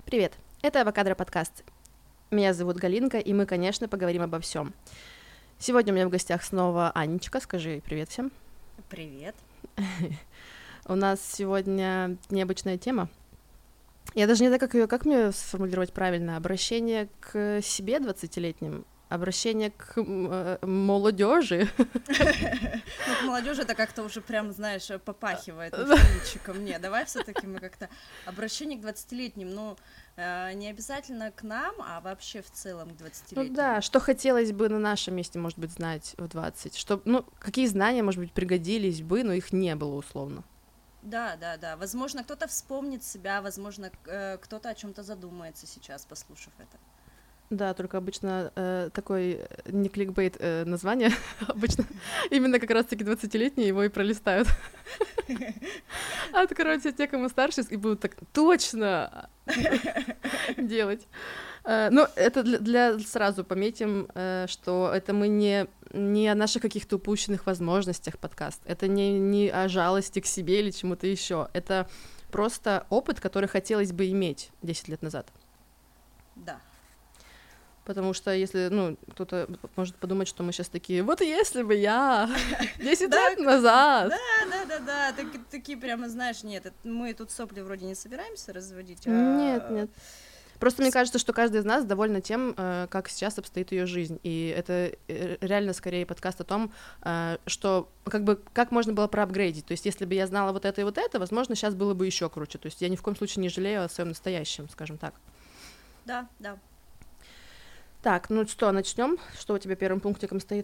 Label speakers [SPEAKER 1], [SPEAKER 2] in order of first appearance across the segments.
[SPEAKER 1] Привет, это Авокадро подкаст. Меня зовут Галинка, и мы, конечно, поговорим обо всем. Сегодня у меня в гостях снова Анечка. Скажи привет всем.
[SPEAKER 2] Привет.
[SPEAKER 1] У нас сегодня необычная тема. Я даже не знаю, как мне сформулировать правильно. Обращение к себе 20-летним, обращение к молодежи.
[SPEAKER 2] Ну, к молодежи это как-то уже прям, знаешь, попахивает мужчинчиком. Не, давай все-таки мы как-то обращение к 20-летним, ну, не обязательно к нам, а вообще в целом к 20-летним.
[SPEAKER 1] Ну да, что хотелось бы на нашем месте, может быть, знать в 20. Что, ну, какие знания, может быть, пригодились бы, но их не было условно.
[SPEAKER 2] Да. Возможно, кто-то вспомнит себя, возможно, кто-то о чем-то задумается сейчас, послушав это.
[SPEAKER 1] Да, только обычно такой не кликбейт название, обычно именно как раз-таки 20-летние его и пролистают. Откройте те, кому старше, и будут так точно делать. Ну, это для сразу пометим, что это мы не о наших каких-то упущенных возможностях подкаст, это не о жалости к себе или чему-то еще, это просто опыт, который хотелось бы иметь 10 лет назад.
[SPEAKER 2] Да.
[SPEAKER 1] Потому что если, ну, кто-то может подумать, что мы сейчас такие, вот если бы я 10 лет назад.
[SPEAKER 2] Да, такие прямо, знаешь, нет, мы тут сопли вроде не собираемся разводить.
[SPEAKER 1] Нет. Просто мне кажется, что каждый из нас довольна тем, как сейчас обстоит ее жизнь. И это реально скорее подкаст о том, что как можно было проапгрейдить. То есть, если бы я знала вот это и вот это, возможно, сейчас было бы еще круче. То есть я ни в коем случае не жалею о своем настоящем, скажем так.
[SPEAKER 2] Да.
[SPEAKER 1] Так, ну что, начнем? Что у тебя первым пунктиком стоит?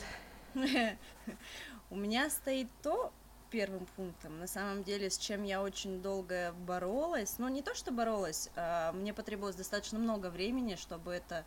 [SPEAKER 2] У меня стоит первым пунктом, на самом деле, с чем я очень долго боролась, ну, не то, что боролась, мне потребовалось достаточно много времени, чтобы это,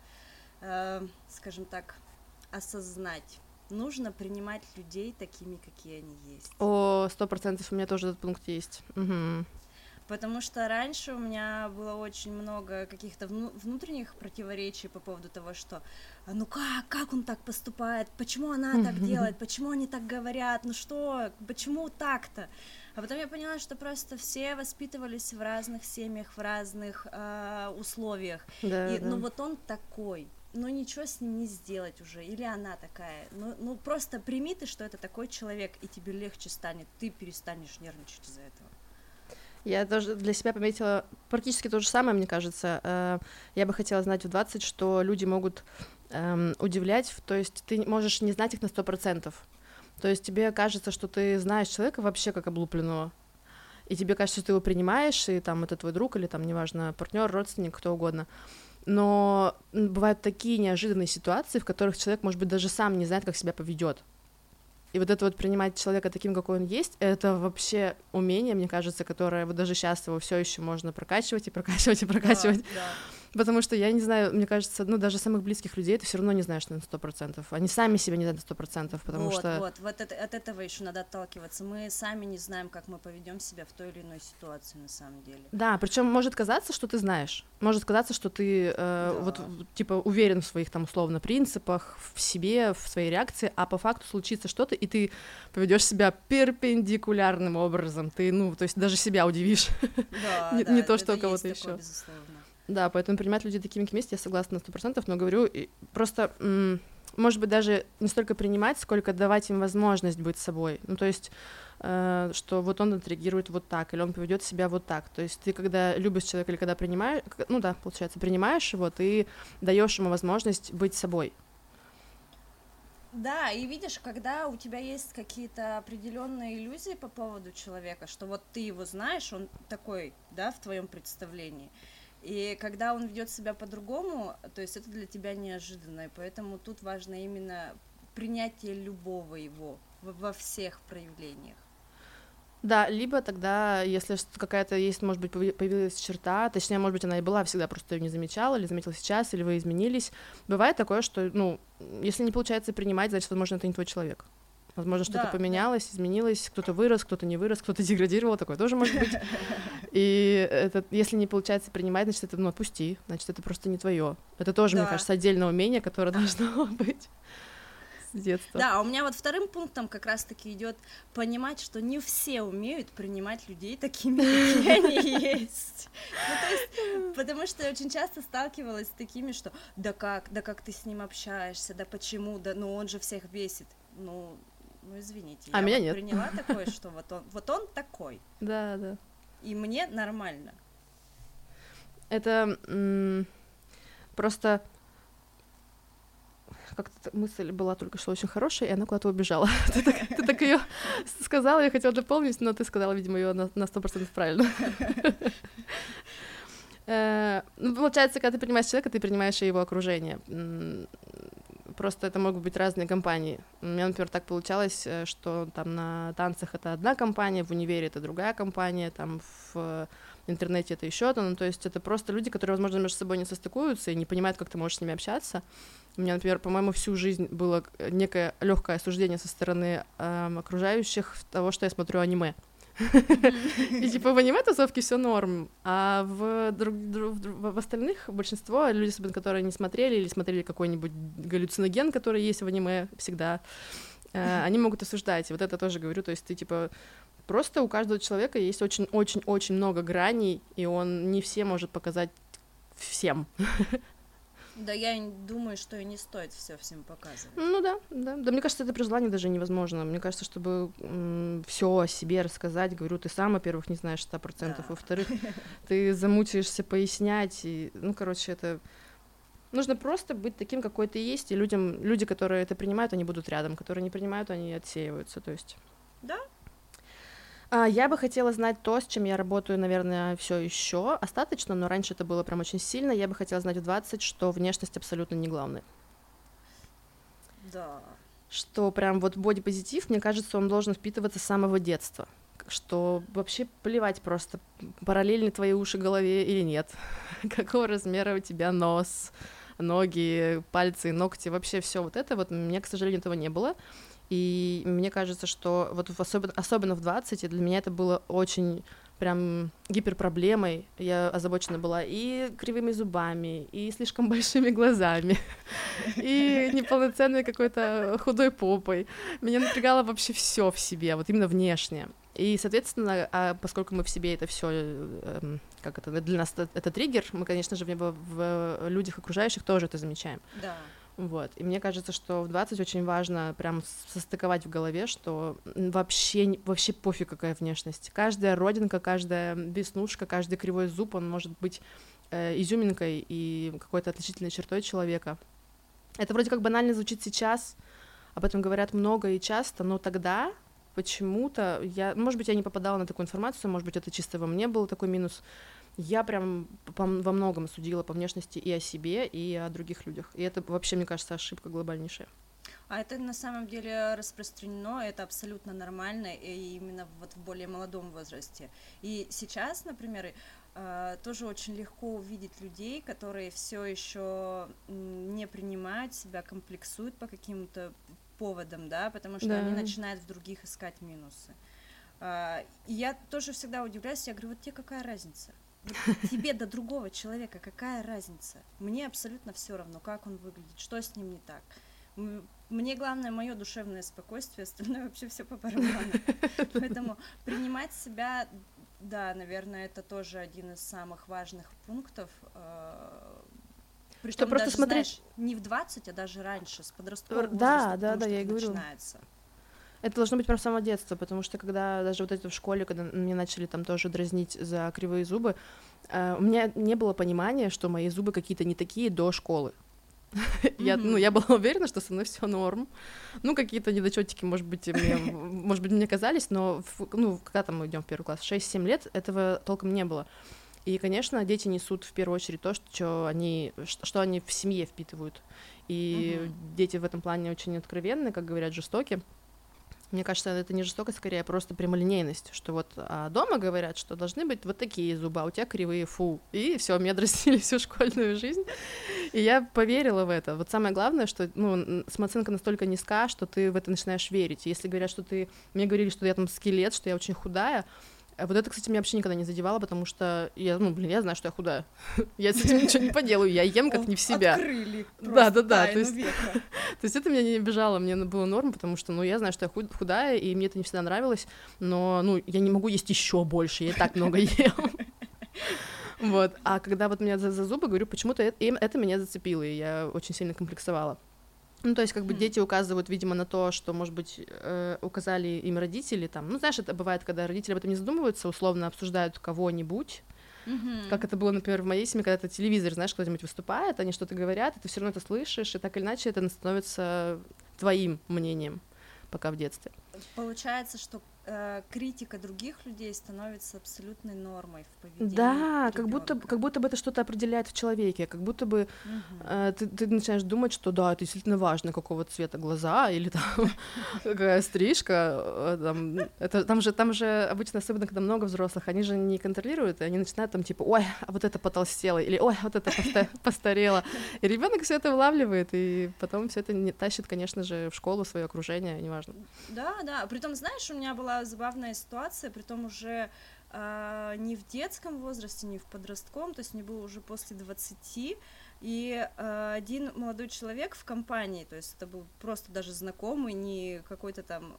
[SPEAKER 2] скажем так, осознать. Нужно принимать людей такими, какие они есть.
[SPEAKER 1] 100% у меня тоже этот пункт есть. Угу.
[SPEAKER 2] Потому что раньше у меня было очень много каких-то внутренних противоречий по поводу того, что ну как он так поступает, почему она так делает, почему они так говорят, ну что, почему так-то? А потом я поняла, что просто все воспитывались в разных семьях, в разных условиях.
[SPEAKER 1] Да.
[SPEAKER 2] Ну вот он такой. Ну ничего с ним не сделать уже, или она такая, ну просто прими ты, что это такой человек, и тебе легче станет, ты перестанешь нервничать из-за этого.
[SPEAKER 1] Я даже для себя пометила практически то же самое, мне кажется. Я бы хотела знать в 20, что люди могут удивлять, то есть ты можешь не знать их на 100%. То есть тебе кажется, что ты знаешь человека вообще как облупленного, и тебе кажется, что ты его принимаешь, и там это твой друг, или там, неважно, партнер, родственник, кто угодно. Но бывают такие неожиданные ситуации, в которых человек, может быть, даже сам не знает, как себя поведет. И вот это вот принимать человека таким, какой он есть, это вообще умение, мне кажется, которое вот даже сейчас его все еще можно прокачивать.
[SPEAKER 2] Да.
[SPEAKER 1] Потому что, я не знаю, мне кажется, ну, даже самых близких людей ты все равно не знаешь на 100%. Они сами себя не знают на 100%, потому что...
[SPEAKER 2] Вот от этого еще надо отталкиваться. Мы сами не знаем, как мы поведем себя в той или иной ситуации на самом деле.
[SPEAKER 1] Да, причем может казаться, что ты знаешь. Может казаться, что ты вот, типа, уверен в своих, там, условно, принципах, в себе, в своей реакции, а по факту случится что-то, и ты поведешь себя перпендикулярным образом. Ты, ну, то есть даже себя удивишь.
[SPEAKER 2] Да,
[SPEAKER 1] не то, что у кого-то еще.
[SPEAKER 2] Безусловно.
[SPEAKER 1] Да, поэтому принимать людей такими, какими есть, я согласна на 100%, но говорю, просто, может быть, даже не столько принимать, сколько давать им возможность быть собой. Ну, то есть, что вот он отреагирует вот так, или он поведет себя вот так. То есть ты, когда любишь человека, или когда принимаешь, ну да, получается, принимаешь его, ты даешь ему возможность быть собой.
[SPEAKER 2] Да, и видишь, когда у тебя есть какие-то определенные иллюзии по поводу человека, что вот ты его знаешь, он такой, да, в твоем представлении. И когда он ведет себя по-другому, то есть это для тебя неожиданно, и поэтому тут важно именно принятие любого его во всех проявлениях.
[SPEAKER 1] Да, либо тогда, если какая-то есть, может быть, появилась черта, точнее, может быть, она и была всегда, просто ее не замечала, или заметила сейчас, или вы изменились. Бывает такое, что, ну, если не получается принимать, значит, возможно, это не твой человек. Возможно, что-то поменялось, изменилось, кто-то вырос, кто-то не вырос, кто-то деградировал, такое тоже может быть. И это, если не получается принимать, значит, это, ну, отпусти, значит, это просто не твое. Это тоже, мне кажется, отдельное умение, которое должно быть. детства.
[SPEAKER 2] Да, а у меня вот вторым пунктом как раз-таки идет понимать, что не все умеют принимать людей такими, какие они есть. Ну, то есть, потому что я очень часто сталкивалась с такими, что да как ты с ним общаешься, да почему, да, ну он же всех бесит. Ну извините,
[SPEAKER 1] А
[SPEAKER 2] я
[SPEAKER 1] меня
[SPEAKER 2] вот
[SPEAKER 1] нет.
[SPEAKER 2] приняла такое, что вот он такой.
[SPEAKER 1] Да, да.
[SPEAKER 2] И мне нормально.
[SPEAKER 1] Это просто как-то мысль была только что очень хорошая, и она куда-то убежала. Ты так ее сказала, я хотела дополнить, но ты сказала, видимо, ее на 100% правильно. Ну, получается, когда ты принимаешь человека, ты принимаешь и его окружение. Просто это могут быть разные компании. У меня, например, так получалось, что там на танцах это одна компания, в универе это другая компания, там в интернете это еще одна. Ну, то есть это просто люди, которые, возможно, между собой не состыкуются и не понимают, как ты можешь с ними общаться. У меня, например, по-моему, всю жизнь было некое легкое осуждение со стороны окружающих того, что я смотрю аниме. И типа в аниме-тусовке все норм, а в остальных большинство люди, особенно которые не смотрели или смотрели какой-нибудь галлюциноген, который есть в аниме всегда, они могут осуждать. И вот это тоже говорю, то есть ты типа просто у каждого человека есть очень-очень-очень много граней, и он не все может показать всем.
[SPEAKER 2] Да, я думаю, что и не стоит все всем показывать.
[SPEAKER 1] Ну да. Да, мне кажется, это при желании даже невозможно. Мне кажется, чтобы все о себе рассказать, говорю, ты сам, во-первых, не знаешь 100%,
[SPEAKER 2] Да.
[SPEAKER 1] во-вторых, ты замучаешься пояснять, и, ну, короче, это... Нужно просто быть таким, какой ты есть, и люди, которые это принимают, они будут рядом, которые не принимают, они отсеиваются, то есть...
[SPEAKER 2] Да.
[SPEAKER 1] Я бы хотела знать то, с чем я работаю, наверное, все еще остаточно, но раньше это было прям очень сильно. Я бы хотела знать в 20, что внешность абсолютно не главное.
[SPEAKER 2] Да.
[SPEAKER 1] Что прям вот бодипозитив, мне кажется, он должен впитываться с самого детства. Что вообще плевать просто, параллельны твои уши голове или нет. Какого размера у тебя нос, ноги, пальцы, ногти, вообще все вот это. Вот у меня, к сожалению, этого не было. И мне кажется, что вот особенно в 20 для меня это было очень прям гиперпроблемой. Я озабочена была и кривыми зубами, и слишком большими глазами, и неполноценной какой-то худой попой. Меня напрягало вообще все в себе, вот именно внешне. И, соответственно, поскольку мы в себе это все, как это, для нас это триггер, мы, конечно же, в людях окружающих тоже это замечаем.
[SPEAKER 2] Да.
[SPEAKER 1] Вот. И мне кажется, что в 20 очень важно прям состыковать в голове, что вообще пофиг, какая внешность. Каждая родинка, каждая веснушка, каждый кривой зуб, он может быть изюминкой и какой-то отличительной чертой человека. Это вроде как банально звучит сейчас, об этом говорят много и часто, но тогда почему-то может быть, я не попадала на такую информацию, может быть, это чисто во мне был такой минус. Я прям во многом судила по внешности и о себе, и о других людях. И это вообще, мне кажется, ошибка глобальнейшая.
[SPEAKER 2] А это на самом деле распространено, это абсолютно нормально, и именно вот в более молодом возрасте. И сейчас, например, тоже очень легко увидеть людей, которые все еще не принимают себя, комплексуют по каким-то поводам, да, потому что они начинают в других искать минусы. И я тоже всегда удивляюсь, я говорю, вот тебе какая разница? Вот тебе до другого человека какая разница? Мне абсолютно все равно, как он выглядит, что с ним не так. Мне главное мое душевное спокойствие, остальное вообще все по барабану. Поэтому принимать себя, да, наверное, это тоже один из самых важных пунктов. Притом,
[SPEAKER 1] просто
[SPEAKER 2] даже,
[SPEAKER 1] смотреть...
[SPEAKER 2] знаешь, не в 20, а даже раньше, с подросткового
[SPEAKER 1] возраста,
[SPEAKER 2] потому что
[SPEAKER 1] я и
[SPEAKER 2] это
[SPEAKER 1] говорю.
[SPEAKER 2] начинается.
[SPEAKER 1] Это должно быть прям с самого детства, потому что когда даже вот это в школе, когда мне начали там тоже дразнить за кривые зубы, у меня не было понимания, что мои зубы какие-то не такие до школы. Я была уверена, что со мной все норм. Ну, какие-то недочетики, может быть, мне казались, но когда там мы идем в первый класс, 6-7 лет, этого толком не было. И, конечно, дети несут в первую очередь то, что они в семье впитывают. И дети в этом плане очень откровенны, как говорят, жестоки. Мне кажется, это не жестокость, скорее, а просто прямолинейность, что вот дома говорят, что должны быть вот такие зубы, а у тебя кривые, фу. И все, меня дразнили всю школьную жизнь. И я поверила в это. Вот самое главное, что самооценка настолько низка, что ты в это начинаешь верить. Если говорят, что мне говорили, что я там скелет, что я очень худая, А вот это, кстати, меня вообще никогда не задевало, потому что я знаю, что я худая. Я с этим ничего не поделаю, я ем как не в себя.
[SPEAKER 2] Открыли
[SPEAKER 1] Да.
[SPEAKER 2] тайну века.
[SPEAKER 1] То есть это меня не обижало, мне было норм, потому что, я знаю, что я худая, и мне это не всегда нравилось, но, я не могу есть еще больше, я и так много ем. Вот, а когда вот меня за зубы, говорю, почему-то это меня зацепило, и я очень сильно комплексовала. То есть, дети указывают, видимо, на то, что, может быть, указали им родители, там, знаешь, это бывает, когда родители об этом не задумываются, условно обсуждают кого-нибудь, как это было, например, в моей семье, когда это телевизор, знаешь, кто-нибудь выступает, они что-то говорят, и ты все равно это слышишь, и так или иначе это становится твоим мнением, пока в детстве.
[SPEAKER 2] Получается, что критика других людей становится абсолютной нормой в поведении.
[SPEAKER 1] Да, как будто бы это что-то определяет в человеке, как будто бы ты начинаешь думать, что да, это действительно важно, какого цвета глаза или там какая стрижка. Там же обычно, особенно когда много взрослых, они же не контролируют, и они начинают там типа, ой, а вот это потолстело, или ой, вот это постарело. И ребенок все это вылавливает, и потом все это не тащит, конечно же, в школу, в свое окружение, неважно.
[SPEAKER 2] Да. Притом, знаешь, у меня была забавная ситуация, притом уже не в детском возрасте, не в подростковом, то есть мне было уже после 20, и один молодой человек в компании, то есть это был просто даже знакомый, не какой-то там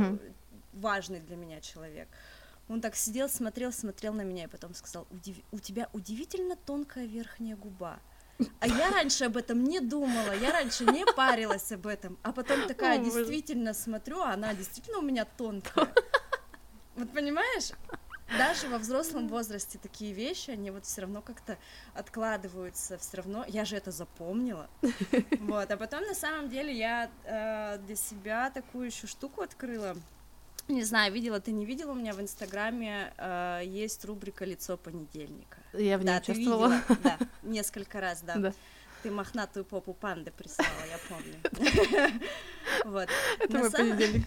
[SPEAKER 2] важный для меня человек. Он так сидел, смотрел на меня и потом сказал: у тебя удивительно тонкая верхняя губа. А я раньше об этом не думала, я раньше не парилась об этом, а потом такая действительно смотрю, а она действительно у меня тонкая. Вот понимаешь, даже во взрослом возрасте такие вещи, они вот все равно как-то откладываются, все равно, я же это запомнила, вот, а потом на самом деле я для себя такую еще штуку открыла, не знаю, видела ты, не видела, у меня в Инстаграме есть рубрика «Лицо понедельника».
[SPEAKER 1] Я в ней участвовала.
[SPEAKER 2] Да, несколько раз, да. Ты мохнатую попу панды прислала, я помню. Вот.
[SPEAKER 1] Это мой понедельник.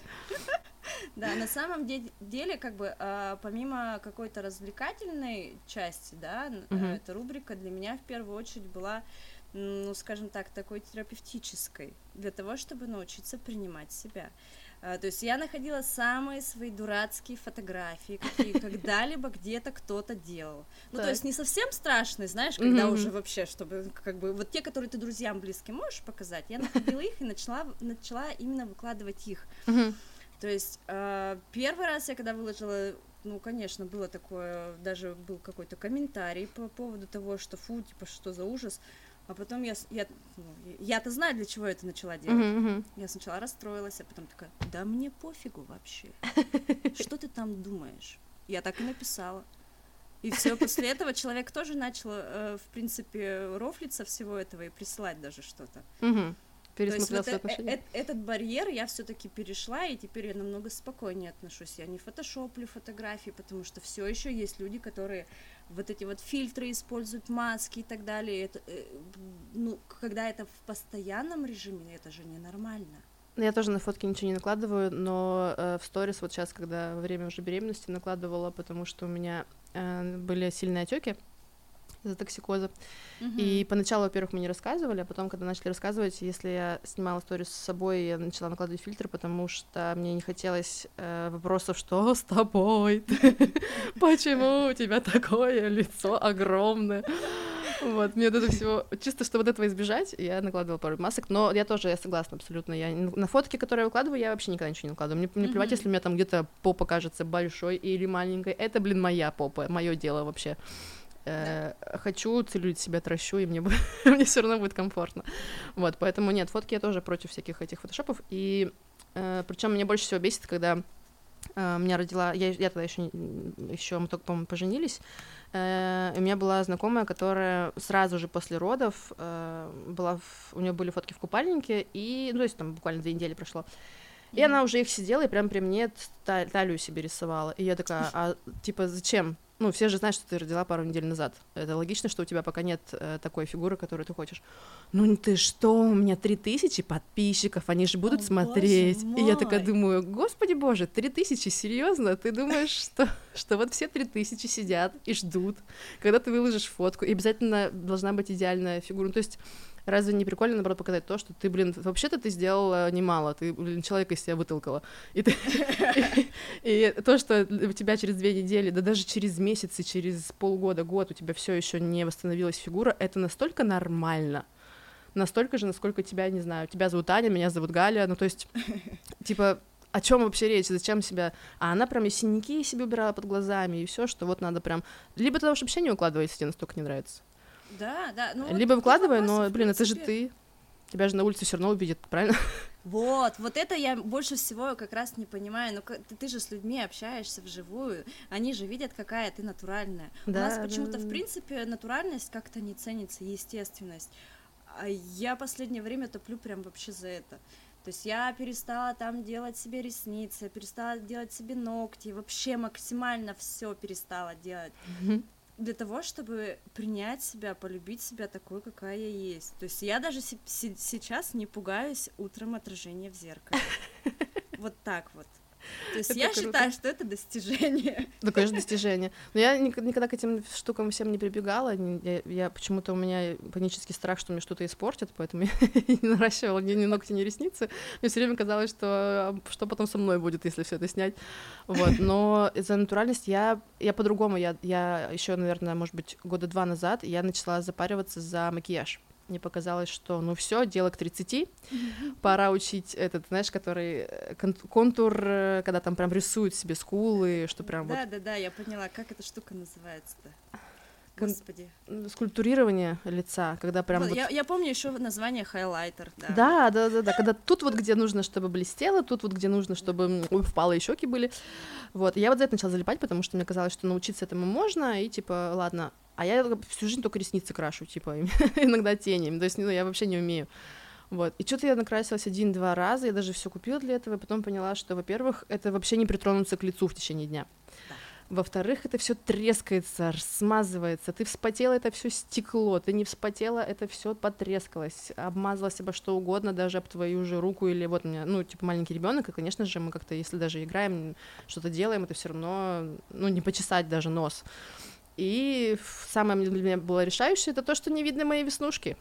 [SPEAKER 2] Да, на самом деле, как бы, помимо какой-то развлекательной части, да, эта рубрика для меня в первую очередь была, скажем так, такой терапевтической, для того, чтобы научиться принимать себя. То есть я находила самые свои дурацкие фотографии, какие когда-либо где-то кто-то делал. То есть не совсем страшные, знаешь, когда уже вообще, чтобы, как бы, вот те, которые ты друзьям близким можешь показать, я находила их и начала именно выкладывать их. То есть первый раз я когда выложила, конечно, было такое, даже был какой-то комментарий по поводу того, что фу, типа, что за ужас. А потом я-то знаю, для чего я это начала делать. Я сначала расстроилась, а потом такая: да мне пофигу вообще. Что ты там думаешь? Я так и написала. И все, после этого человек тоже начал, в принципе, рофлиться всего этого и присылать даже что-то.
[SPEAKER 1] Пересмотрел свои отношения.
[SPEAKER 2] Этот барьер я все-таки перешла, и теперь я намного спокойнее отношусь. Я не фотошоплю фотографии, потому что все еще есть люди, которые вот эти вот фильтры используют, маски и так далее. Это, когда это в постоянном режиме, это же ненормально.
[SPEAKER 1] Я тоже на фотки ничего не накладываю, но в сторис вот сейчас, когда во время уже беременности накладывала, потому что у меня были сильные отеки из-за токсикоза. И поначалу, во-первых, мне не рассказывали, а потом, когда начали рассказывать, если я снимала сторис с собой, я начала накладывать фильтры, потому что мне не хотелось вопросов, что с тобой? Почему у тебя такое лицо огромное? Вот, мне вот это всего, чисто чтобы вот этого избежать, я накладывала пару масок, но я согласна абсолютно, я на фотки, которые я выкладываю, я вообще никогда ничего не накладываю, мне плевать, если у меня там где-то попа кажется большой или маленькой, это, моя попа, мое дело вообще. Хочу целлюлит себя тращу, и мне все равно будет комфортно. Вот, поэтому нет, фотки я тоже против всяких этих фотошопов. И причем меня больше всего бесит, когда меня родила, я тогда еще мы только, по-моему, поженились. У меня была знакомая, которая сразу же после родов у нее были фотки в купальнике, и, то есть там буквально 2 недели прошло. И она уже их сидела и прям при мне талию себе рисовала. И я такая, а типа зачем? Все же знают, что ты родила пару недель назад. Это логично, что у тебя пока нет такой фигуры, которую ты хочешь. Ты что, у меня 3000 подписчиков, они же будут смотреть. И я такая думаю, господи боже, 3000, серьезно? Ты думаешь, что что вот все 3000 сидят и ждут, когда ты выложишь фотку, и обязательно должна быть идеальная фигура. Ну, то есть разве не прикольно, наоборот, показать то, что ты, блин, вообще-то ты сделала немало, ты, блин, человека из себя вытолкала. И то, что у тебя через 2 недели, да даже через месяц и через полгода, год у тебя все еще не восстановилась фигура, это настолько нормально. Настолько же, насколько тебя, не знаю, тебя зовут Аня, меня зовут Галя, ну, то есть, типа, о чем вообще речь, зачем себя... А она прям и синяки себе убирала под глазами, и все, что вот надо прям... Либо ты вообще не укладывай, если тебе настолько не нравится.
[SPEAKER 2] Да. Ну,
[SPEAKER 1] либо
[SPEAKER 2] вот
[SPEAKER 1] выкладывай,
[SPEAKER 2] вопрос,
[SPEAKER 1] но, блин, это же
[SPEAKER 2] принципе...
[SPEAKER 1] ты. Тебя же на улице все равно увидят, правильно?
[SPEAKER 2] Вот это я больше всего как раз не понимаю. Ну, ты же с людьми общаешься вживую, они же видят, какая ты натуральная.
[SPEAKER 1] Да,
[SPEAKER 2] У нас почему-то, в принципе, натуральность как-то не ценится, естественность. А я последнее время топлю прям вообще за это. То есть я перестала там делать себе ресницы, перестала делать себе ногти, вообще максимально все перестала делать. Для того, чтобы принять себя, полюбить себя такой, какая я есть. То есть я даже сейчас не пугаюсь утром отражения в зеркале. Вот так вот. То есть я считаю, что это достижение.
[SPEAKER 1] Да, конечно, достижение. Но я никогда к этим штукам всем не прибегала. Я почему-то у меня панический страх, что мне что-то испортят, поэтому я не наращивала ни ногти, ни ресницы. Мне все время казалось, что потом со мной будет, если все это снять. Вот. Но за натуральность я по-другому. Я еще, наверное, может быть, 2 года назад я начала запариваться за макияж. Мне показалось, что ну все, дело к 30, пора учить этот, знаешь, который контур, когда там прям рисуют себе скулы, что прям
[SPEAKER 2] Да, я поняла, как эта штука называется-то. Господи.
[SPEAKER 1] Скульптурирование лица, когда прям...
[SPEAKER 2] Вот, я помню еще название хайлайтер,
[SPEAKER 1] да. Да, когда тут вот, где нужно, чтобы блестело, тут вот, где нужно, чтобы впалые щеки были. Вот, и я вот за это начала залипать, потому что мне казалось, что научиться этому можно, и типа, ладно. А я всю жизнь только ресницы крашу, типа, иногда тени, то есть, ну, я вообще не умею. Вот, и что-то я накрасилась 1-2 раза, я даже все купила для этого, и потом поняла, что, во-первых, это вообще не притронуться к лицу в течение дня. Во-вторых, это все трескается, смазывается. Ты вспотела, это все стекло. Ты не вспотела, это все потрескалось. Обмазалась обо что угодно, даже об твою же руку. Или вот у меня, ну, типа маленький ребенок, и, конечно же, мы как-то, если даже играем, что-то делаем, это все равно, ну, не почесать даже нос. И самое для меня было решающее, это то, что не видно мои веснушки.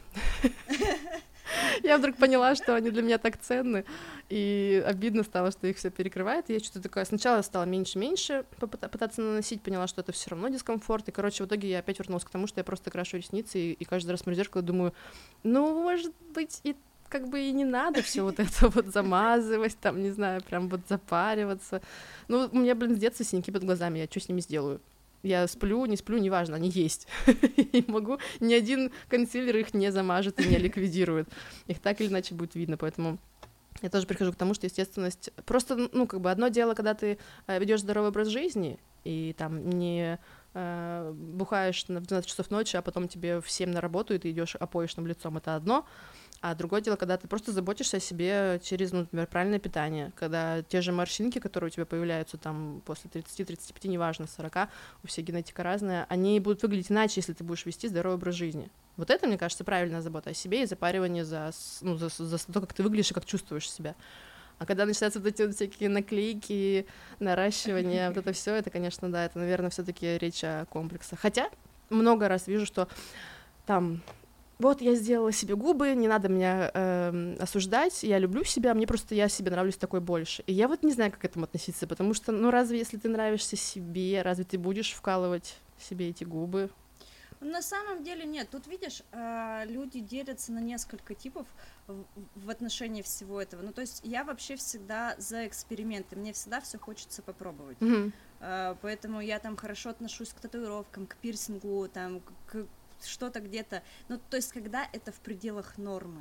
[SPEAKER 1] Я вдруг поняла, что они для меня так ценны, и обидно стало, что их все перекрывает. И я что-то такое сначала стала меньше пытаться наносить, поняла, что это все равно дискомфорт. И, короче, в итоге я опять вернулась к тому, что я просто крашу ресницы, и каждый раз смотрю в зеркало, думаю, ну, может быть, и как бы и не надо все вот это вот замазывать, там, не знаю, прям вот запариваться. Ну, у меня, блин, с детства синяки под глазами, я что с ними сделаю? Я сплю, не сплю, неважно, они есть. И могу, ни один консилер их не замажет и не ликвидирует. Их так или иначе будет видно, поэтому я тоже прихожу к тому, что естественность... Просто, ну, как бы одно дело, когда ты ведешь здоровый образ жизни, и там не бухаешь в 12 часов ночи, а потом тебе в 7 на работу, и ты идешь опоечным лицом, это одно. А другое дело, когда ты просто заботишься о себе через, ну, например, правильное питание, когда те же морщинки, которые у тебя появляются там после 30-35, неважно, 40, у всех генетика разная, они будут выглядеть иначе, если ты будешь вести здоровый образ жизни. Вот это, мне кажется, правильная забота о себе и запаривание за то, как ты выглядишь и как чувствуешь себя. А когда начинаются вот эти вот всякие наклейки, наращивание, вот это все, это, конечно, да, это, наверное, все-таки речь о комплексах. Хотя много раз вижу, что там... Вот я сделала себе губы, не надо меня осуждать, я люблю себя, мне просто я себе нравлюсь такой больше. И я вот не знаю, как к этому относиться, потому что, ну разве если ты нравишься себе, разве ты будешь вкалывать себе эти губы?
[SPEAKER 2] На самом деле нет, тут видишь, люди делятся на несколько типов в отношении всего этого. Ну то есть я вообще всегда за эксперименты, мне всегда все хочется попробовать. Поэтому я там хорошо отношусь к татуировкам, к пирсингу, там, к что-то где-то, ну, то есть, когда это в пределах нормы,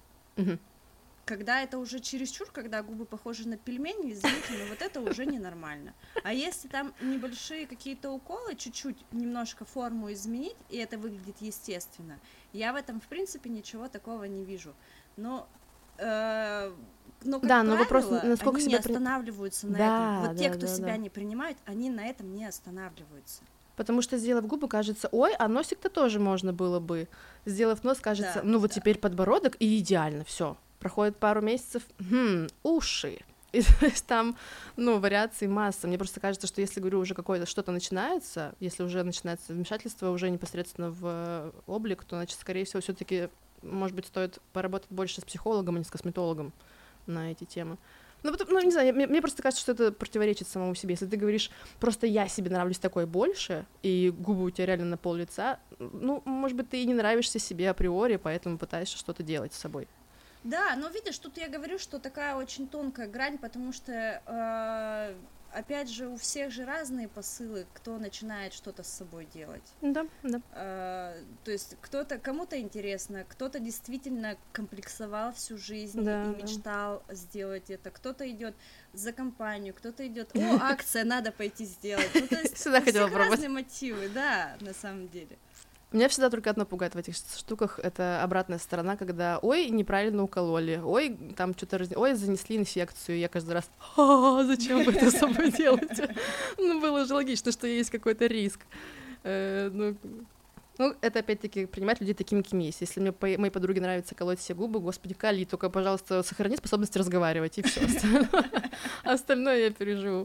[SPEAKER 2] когда это уже чересчур, когда губы похожи на пельмени, извините, но вот это уже ненормально. А если там небольшие какие-то уколы, чуть-чуть, немножко форму изменить, и это выглядит естественно, я в этом, в принципе, ничего такого не вижу. Но как
[SPEAKER 1] да,
[SPEAKER 2] правило,
[SPEAKER 1] вопрос, насколько
[SPEAKER 2] они
[SPEAKER 1] себя
[SPEAKER 2] не останавливаются на этом. Вот те, кто себя не принимает, они на этом не останавливаются.
[SPEAKER 1] Потому что, сделав губы, кажется, ой, а носик-то тоже можно было бы. Сделав нос, кажется, ну вот теперь подбородок, и идеально, все. Проходит пару месяцев, уши. И то есть там, ну, вариаций масса. Мне просто кажется, что если, говорю, уже какое-то что-то начинается, если уже начинается вмешательство уже непосредственно в облик, то, значит, скорее всего, все таки может быть, стоит поработать больше с психологом, а не с косметологом на эти темы. Ну, не знаю, мне просто кажется, что это противоречит самому себе. Если ты говоришь, просто я себе нравлюсь такой больше, и губы у тебя реально на пол лица, ну, может быть, ты и не нравишься себе априори, поэтому пытаешься что-то делать с собой.
[SPEAKER 2] Да, но видишь, тут я говорю, что такая очень тонкая грань, потому что, опять же, у всех же разные посылы, кто начинает что-то с собой делать.
[SPEAKER 1] Да.
[SPEAKER 2] То есть кому-то интересно, кто-то действительно комплексовал всю жизнь
[SPEAKER 1] Да,
[SPEAKER 2] и мечтал сделать это, кто-то идет за компанию, кто-то идет, акция, надо пойти сделать. Ну, то есть
[SPEAKER 1] Всегда
[SPEAKER 2] у
[SPEAKER 1] хотела
[SPEAKER 2] всех
[SPEAKER 1] пробовать.
[SPEAKER 2] разные мотивы, да, на самом деле.
[SPEAKER 1] Меня всегда только одно пугает в этих штуках, это обратная сторона, когда, ой, неправильно укололи, ой, там что-то ой, занесли инфекцию, и я каждый раз, зачем вы это с собой делаете? Ну, было же логично, что есть какой-то риск. Ну, это опять-таки принимать людей такими, какими есть. Если мне моей подруге нравится колоть себе губы, господи, кали, только, пожалуйста, сохрани способность разговаривать, и все. Остальное я переживу.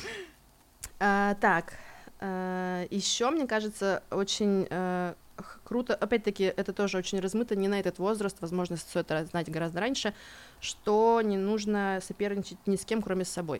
[SPEAKER 1] Так. Еще, мне кажется, очень круто, опять-таки, это тоже очень размыто, не на этот возраст, возможно, стоит это знать гораздо раньше, что не нужно соперничать ни с кем, кроме с собой.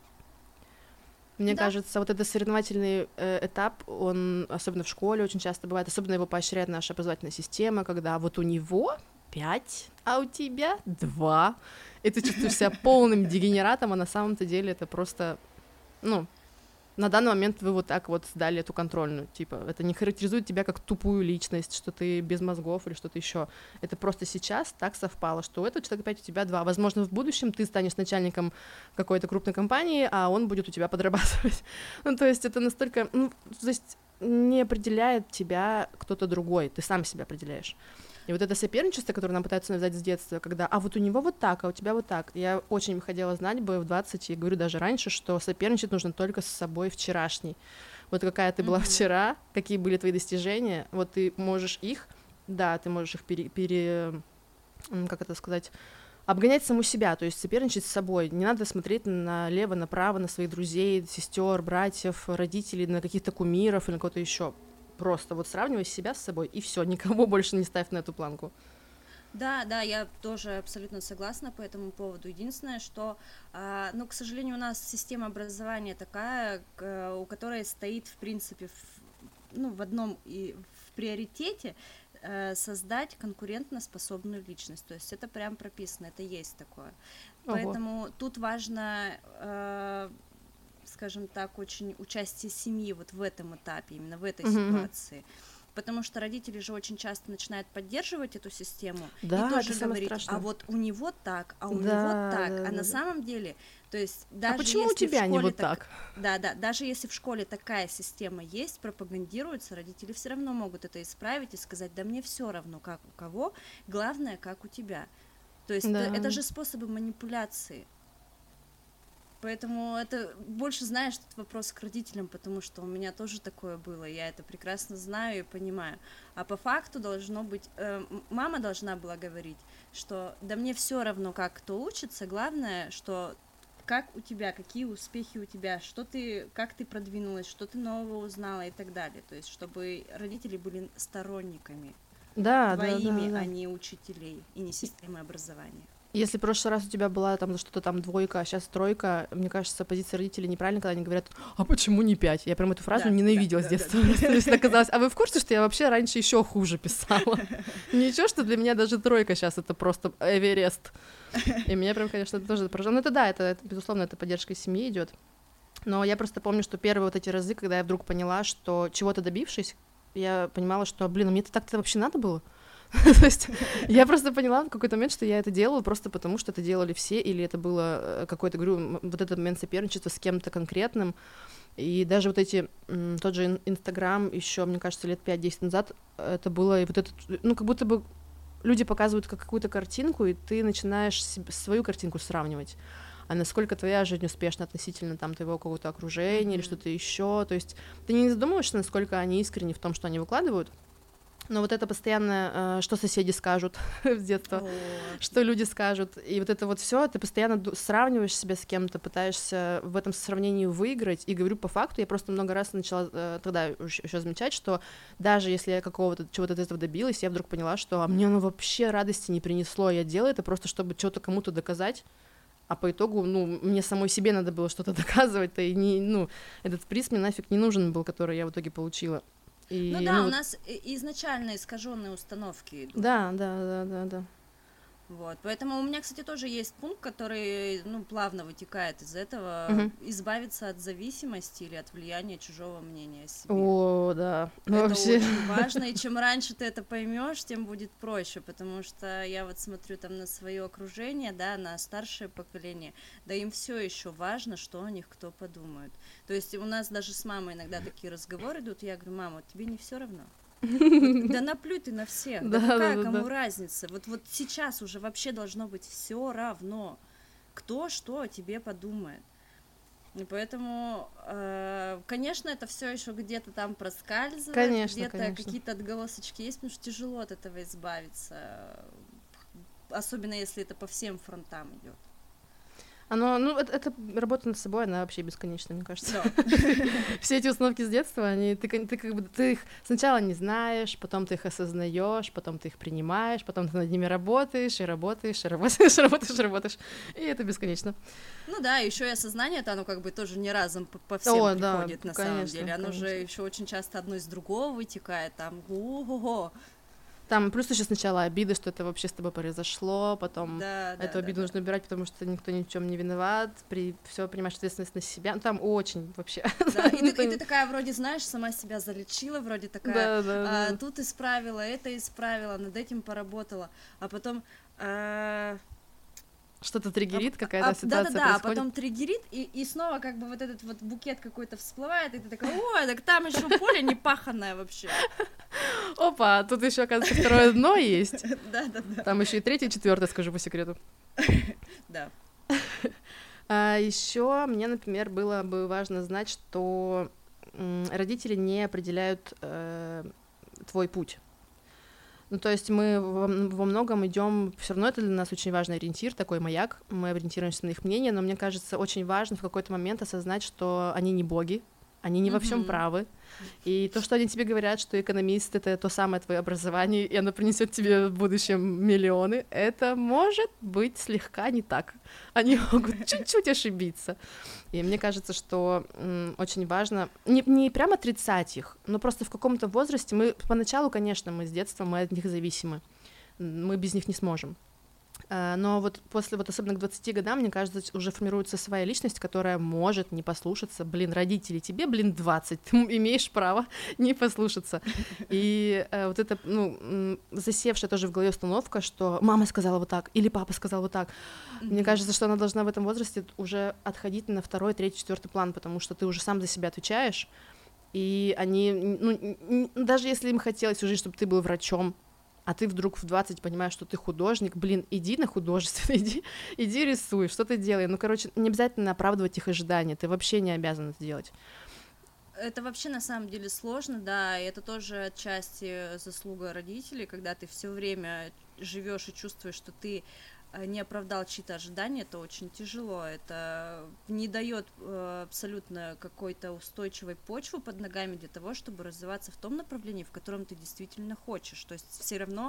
[SPEAKER 1] Мне кажется, вот этот соревновательный этап, он, особенно в школе, очень часто бывает, особенно его поощряет наша образовательная система, когда вот у него 5, а у тебя 2, и ты чувствуешь себя полным дегенератом, а на самом-то деле это просто, ну, на данный момент вы вот так вот сдали эту контрольную, типа, это не характеризует тебя как тупую личность, что ты без мозгов или что-то еще. Это просто сейчас так совпало, что у этого человека 5, у тебя 2. Возможно, в будущем ты станешь начальником какой-то крупной компании, а он будет у тебя подрабатывать. Ну, то есть это настолько, то есть не определяет тебя кто-то другой, ты сам себя определяешь. И вот это соперничество, которое нам пытаются навязать с детства, когда, а вот у него вот так, а у тебя вот так. Я очень хотела знать бы в 20, и говорю даже раньше, что соперничать нужно только с собой вчерашней. Вот какая ты была вчера, какие были твои достижения, вот ты можешь их, да, ты можешь их как это сказать, обгонять саму себя, то есть соперничать с собой. Не надо смотреть налево, направо, на своих друзей, сестер, братьев, родителей, на каких-то кумиров или на кого-то еще. Просто вот сравнивай себя с собой, и все, никого больше не ставь на эту планку.
[SPEAKER 2] Да, я тоже абсолютно согласна по этому поводу. Единственное, что, к сожалению, у нас система образования такая, у которой стоит, в принципе, в одном и в приоритете создать конкурентоспособную личность. То есть это прям прописано, это есть такое. Поэтому тут важно, скажем так, очень участие семьи вот в этом этапе, именно в этой ситуации. Потому что родители же очень часто начинают поддерживать эту систему и тоже говорить, а вот у него так, а у него так, на самом деле, то есть даже
[SPEAKER 1] почему
[SPEAKER 2] если
[SPEAKER 1] у тебя не вот так?
[SPEAKER 2] Да, даже если в школе такая система есть, пропагандируется, родители все равно могут это исправить и сказать, да мне все равно, как у кого, главное, как у тебя. То есть это же способы манипуляции. Поэтому это больше, знаешь, тут вопрос к родителям, потому что у меня тоже такое было, я это прекрасно знаю и понимаю. А по факту должно быть, мама должна была говорить, что да мне все равно, как кто учится, главное, что как у тебя, какие успехи у тебя, как ты продвинулась, что ты нового узнала и так далее. То есть, чтобы родители были сторонниками твоими, а не учителей и не системы образования.
[SPEAKER 1] Если в прошлый раз у тебя была там за что-то там 2, а сейчас 3, мне кажется, позиция родителей неправильно, когда они говорят, а почему не 5? Я прям эту фразу ненавидела с детства. Мне всегда казалось, а вы в курсе, что я вообще раньше еще хуже писала? Ничего, что для меня даже 3 сейчас это просто Эверест. И меня прям, конечно, это тоже поражало. Ну это да, это безусловно, это поддержка семьи идет. Но я просто помню, что первые вот эти разы, когда я вдруг поняла, что чего-то добившись, я понимала, что, мне-то так-то вообще надо было. То есть я просто поняла в какой-то момент, что я это делала просто потому, что это делали все, или это было какой-то, говорю, вот этот момент соперничества с кем-то конкретным. И даже вот тот же Инстаграм еще, мне кажется, лет 5-10 назад, это было, и вот этот, как будто бы люди показывают какую-то картинку, и ты начинаешь свою картинку сравнивать. А насколько твоя жизнь успешна относительно там твоего какого-то окружения или что-то еще. То есть ты не задумываешься, насколько они искренни в том, что они выкладывают. Но вот это постоянно, что соседи скажут с детства,
[SPEAKER 2] Вот.
[SPEAKER 1] что люди скажут, и вот это вот все, ты постоянно сравниваешь себя с кем-то, пытаешься в этом сравнении выиграть, и говорю по факту, я просто много раз начала тогда еще замечать, что даже если я какого-то чего-то от этого добилась, я вдруг поняла, что мне оно вообще радости не принесло, я делаю это просто, чтобы что-то кому-то доказать, а по итогу, мне самой себе надо было что-то доказывать-то, и этот приз мне нафиг не нужен был, который я в итоге получила. И,
[SPEAKER 2] Ну да, у нас изначально искаженные установки идут.
[SPEAKER 1] Да.
[SPEAKER 2] Вот, поэтому у меня, кстати, тоже есть пункт, который, плавно вытекает из этого, избавиться от зависимости или от влияния чужого мнения о себе.
[SPEAKER 1] О, да.
[SPEAKER 2] Это
[SPEAKER 1] вообще.
[SPEAKER 2] очень важно, и чем раньше ты это поймешь, тем будет проще, потому что я вот смотрю там на свое окружение, да, на старшее поколение, да им все еще важно, что о них кто подумает. То есть у нас даже с мамой иногда такие разговоры идут, я говорю: мама, тебе не все равно? Да наплюй ты на всех, да какая кому разница? Вот сейчас уже вообще должно быть все равно, кто что о тебе подумает. И поэтому, конечно, это все еще где-то там проскальзывает,
[SPEAKER 1] конечно.
[SPEAKER 2] Какие-то отголосочки есть, потому что тяжело от этого избавиться, особенно если это по всем фронтам идет.
[SPEAKER 1] Это работа над собой, она вообще бесконечна, мне кажется.
[SPEAKER 2] Да.
[SPEAKER 1] Все эти установки с детства, ты их сначала не знаешь, потом ты их осознаешь, потом ты их принимаешь, потом ты над ними работаешь, и это бесконечно.
[SPEAKER 2] Ну да, еще и осознание, это оно как бы тоже не разом по всем приходит, на самом деле. Оно же еще очень часто одно из другого вытекает, там, ого-го.
[SPEAKER 1] Там просто еще сначала обида, что это вообще с тобой произошло, потом эту обиду нужно убирать, потому что никто ни в чем не виноват, все принимаешь ответственность на себя, там очень вообще.
[SPEAKER 2] Да, и ты такая вроде, знаешь, сама себя залечила, вроде такая, тут исправила, это исправила, над этим поработала, а потом...
[SPEAKER 1] Что-то триггерит, какая-то ситуация происходит.
[SPEAKER 2] А потом триггерит, и снова как бы вот этот вот букет какой-то всплывает, и ты такая: ой, так там еще поле не паханое вообще.
[SPEAKER 1] Опа, тут еще, оказывается, второе дно есть.
[SPEAKER 2] Да.
[SPEAKER 1] Там еще и третье, и четвертое, скажу по секрету.
[SPEAKER 2] Да.
[SPEAKER 1] Еще мне, например, было бы важно знать, что родители не определяют твой путь. То есть мы во многом идем, все равно это для нас очень важный ориентир, такой маяк, мы ориентируемся на их мнение, но мне кажется, очень важно в какой-то момент осознать, что они не боги, они не во всем правы, и то, что они тебе говорят, что экономист — это то самое твое образование, и оно принесет тебе в будущем миллионы, это может быть слегка не так, они могут чуть-чуть ошибиться. И мне кажется, что очень важно не прямо отрицать их, но просто в каком-то возрасте мы поначалу, конечно, мы с детства, мы от них зависимы, мы без них не сможем. Но вот после, особенно к 20 годам, мне кажется, уже формируется своя личность, которая может не послушаться. Родители, тебе, 20, ты имеешь право не послушаться. И вот это, засевшая тоже в голове установка, что мама сказала вот так, или папа сказал вот так. Мне кажется, что она должна в этом возрасте уже отходить на 2-й, 3-й, 4-й план, потому что ты уже сам за себя отвечаешь, и они, даже если им хотелось уже, чтобы ты был врачом, а ты вдруг в 20 понимаешь, что ты художник, иди на художественное, иди рисуй, что ты делай. Не обязательно оправдывать их ожидания, ты вообще не обязан это делать.
[SPEAKER 2] Это вообще на самом деле сложно, да, и это тоже отчасти заслуга родителей, когда ты все время живешь и чувствуешь, что ты не оправдал чьи-то ожидания, это очень тяжело, это не дает абсолютно какой-то устойчивой почвы под ногами для того, чтобы развиваться в том направлении, в котором ты действительно хочешь. То есть все равно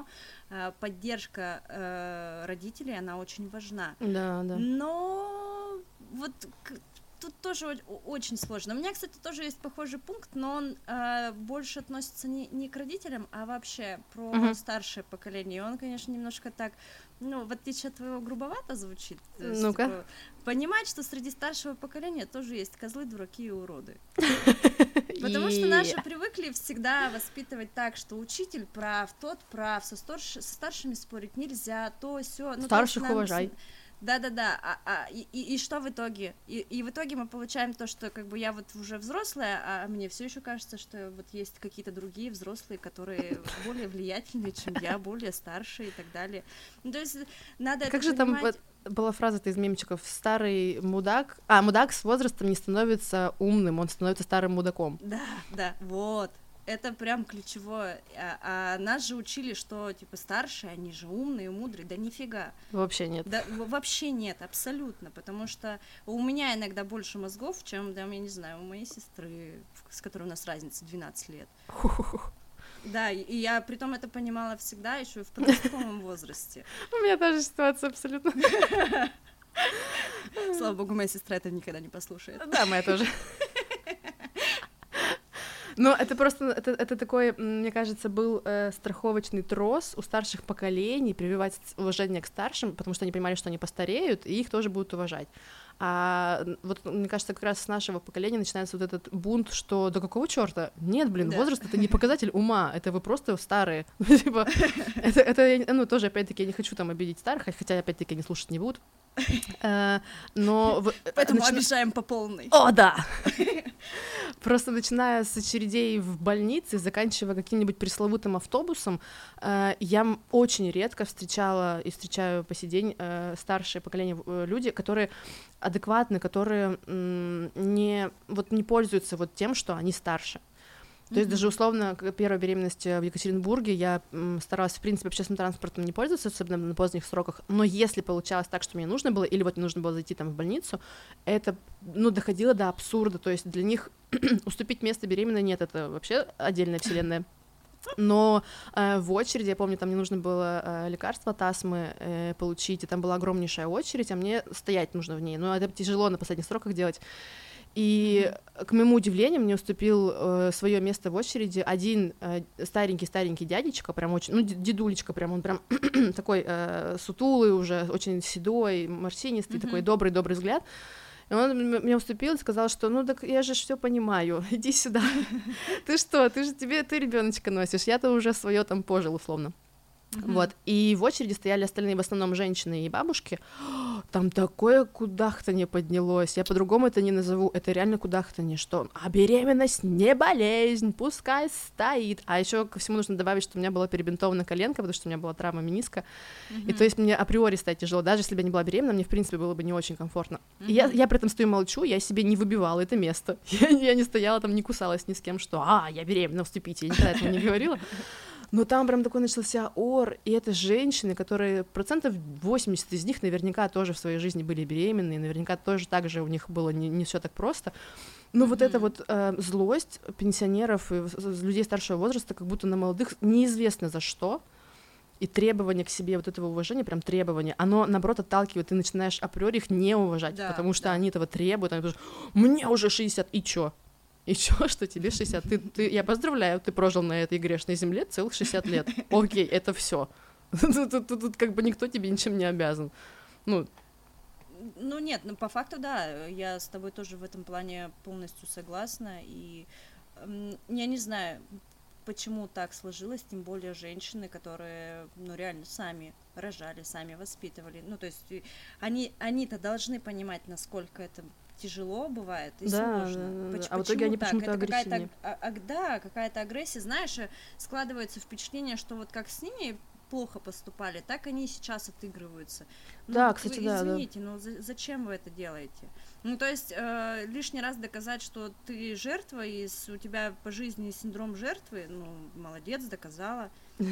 [SPEAKER 2] поддержка родителей, она очень важна.
[SPEAKER 1] Да.
[SPEAKER 2] Но вот тут тоже очень сложно. У меня, кстати, тоже есть похожий пункт, но он больше относится не к родителям, а вообще про старшее поколение. И он, конечно, немножко так, в отличие от твоего, грубовато звучит.
[SPEAKER 1] Ну-ка.
[SPEAKER 2] Типа, понимать, что среди старшего поколения тоже есть козлы, дураки и уроды. Потому что наши привыкли всегда воспитывать так, что учитель прав, тот прав, со старшими спорить нельзя, то сё.
[SPEAKER 1] Старших уважай.
[SPEAKER 2] Да, и что в итоге? И в итоге мы получаем то, что как бы я вот уже взрослая, а мне все еще кажется, что вот есть какие-то другие взрослые, которые более влиятельные, чем я, более старшие и так далее. То есть надо это
[SPEAKER 1] понимать. Как же там была фраза-то из мемчиков: старый мудак, мудак с возрастом не становится умным, он становится старым мудаком.
[SPEAKER 2] Да, вот. это прям ключевое. А нас же учили, что, типа, старшие, они же умные, мудрые. Да нифига.
[SPEAKER 1] Вообще нет.
[SPEAKER 2] Да, вообще нет, абсолютно. Потому что у меня иногда больше мозгов, чем, да, я не знаю, у моей сестры, с которой у нас разница 12 лет. Да, и я притом это понимала всегда, еще и в подростковом возрасте.
[SPEAKER 1] У меня та же ситуация абсолютно.
[SPEAKER 2] Слава богу, моя сестра это никогда не послушает.
[SPEAKER 1] Да, моя тоже. Но это просто, это такой, мне кажется, был страховочный трос у старших поколений, прививать уважение к старшим, потому что они понимали, что они постареют, и их тоже будут уважать. А вот, мне кажется, как раз с нашего поколения начинается вот этот бунт, что до какого чёрта? Нет, блин,
[SPEAKER 2] Да.
[SPEAKER 1] возраст — это не показатель ума, это вы просто старые. Типа, это, ну, тоже, опять-таки, я не хочу там обидеть старых, хотя, опять-таки, они слушать не будут. Но...
[SPEAKER 2] Поэтому обижаем по полной.
[SPEAKER 1] О, да! Просто начиная с очередей в больнице, заканчивая каким-нибудь пресловутым автобусом, я очень редко встречала и встречаю по сей день старшее поколение люди, которые адекватны, которые не пользуются вот тем, что они старше. То есть даже условно первая беременность в Екатеринбурге я старалась, в принципе, общественным транспортом не пользоваться, особенно на поздних сроках, но если получалось так, что мне нужно было, или вот мне нужно было зайти там в больницу, это, ну, доходило до абсурда, то есть для них уступить место беременной нет, это вообще отдельная вселенная. Но в очереди, я помню, там мне нужно было лекарство от астмы получить, и там была огромнейшая очередь, а мне стоять нужно в ней, но это тяжело на последних сроках делать. И, к моему удивлению, мне уступил свое место в очереди один старенький дядечка, прям очень, ну, дедулечка, прям он прям такой сутулый уже, очень седой, морщинистый, такой добрый взгляд. И он мне уступил и сказал, что, ну, так я же все понимаю, иди сюда. Ты что, ты ребеночка носишь, я-то уже свое там пожил, условно. Вот, и в очереди стояли остальные, в основном, женщины и бабушки. Там такое кудахтанье поднялось, я по-другому это не назову, это реально кудахтанье, что беременность не болезнь, пускай стоит. А еще ко всему нужно добавить, что у меня была перебинтована коленка, потому что у меня была травма мениска, и то есть мне априори стоять тяжело, даже если бы я не была беременна, мне, в принципе, было бы не очень комфортно. И я при этом стою молчу, я себе не выбивала это место, я не стояла там, не кусалась ни с кем, что я беременна, вступите, я никогда этого не говорила. Но там прям такой начался ор, и это женщины, которые 80% из них наверняка тоже в своей жизни были беременные, наверняка тоже так же у них было не все так просто. Но вот эта вот злость пенсионеров и людей старшего возраста, как будто на молодых, неизвестно за что, и требование к себе вот этого уважения, прям требование, оно, наоборот, отталкивает, ты начинаешь априори их не уважать, да, потому что они этого требуют, они говорят, мне уже 60, и чё? И чё, что тебе 60? Я поздравляю, ты прожил на этой грешной земле целых 60 лет. Окей, это все. Тут как бы никто тебе ничем не обязан. Ну
[SPEAKER 2] нет, по факту, да, я с тобой тоже в этом плане полностью согласна, и я не знаю, почему так сложилось, тем более женщины, которые, ну, реально сами рожали, сами воспитывали, ну, то есть они-то должны понимать, насколько это тяжело бывает и сложно.
[SPEAKER 1] А в итоге они почему-то агрессивнее.
[SPEAKER 2] Какая-то агрессия, знаешь, складывается впечатление, что вот как с ними плохо поступали, так они и сейчас отыгрываются.
[SPEAKER 1] Да, кстати, да.
[SPEAKER 2] Извините, но зачем вы это делаете? Ну, то есть лишний раз доказать, что ты жертва, и у тебя по жизни синдром жертвы, ну, молодец, доказала.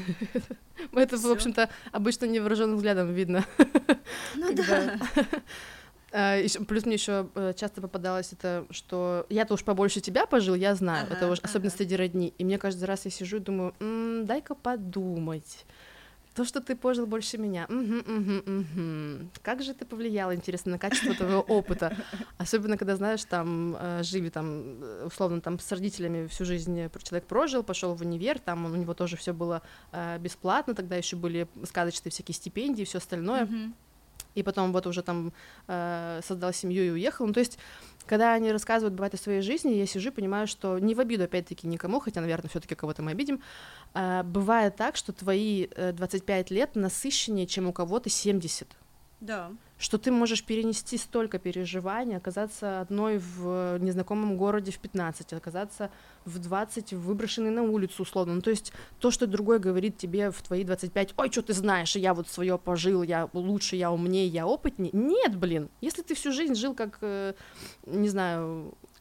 [SPEAKER 1] Это, в общем-то, обычно невооруженным взглядом видно.
[SPEAKER 2] Ну да.
[SPEAKER 1] Плюс мне еще часто попадалось это, что я-то уж побольше тебя пожил, я знаю, это уж особенно среди родни, и мне каждый раз я сижу и думаю, дай-ка подумать, то, что ты пожил больше меня, как же ты повлиял, интересно, на качество твоего опыта, особенно когда, знаешь, там жили там, условно, там с родителями всю жизнь человек прожил, пошел в универ, там у него тоже все было бесплатно, тогда еще были сказочные всякие стипендии и все остальное. И потом вот уже там создал семью и уехал. Ну, то есть, когда они рассказывают, бывает, о своей жизни, я сижу и понимаю, что не в обиду, опять-таки, никому, хотя, наверное, все-таки кого-то мы обидим, бывает так, что твои 25 лет насыщеннее, чем у кого-то 70.
[SPEAKER 2] Да.
[SPEAKER 1] Что ты можешь перенести столько переживаний, оказаться одной в незнакомом городе в 15, оказаться в 20 выброшенной на улицу, условно. Ну, то есть то, что другой говорит тебе в твои 25, ой, что ты знаешь, я вот свое пожил, я лучше, я умнее, я опытнее. Нет, блин, если ты всю жизнь жил как, не знаю...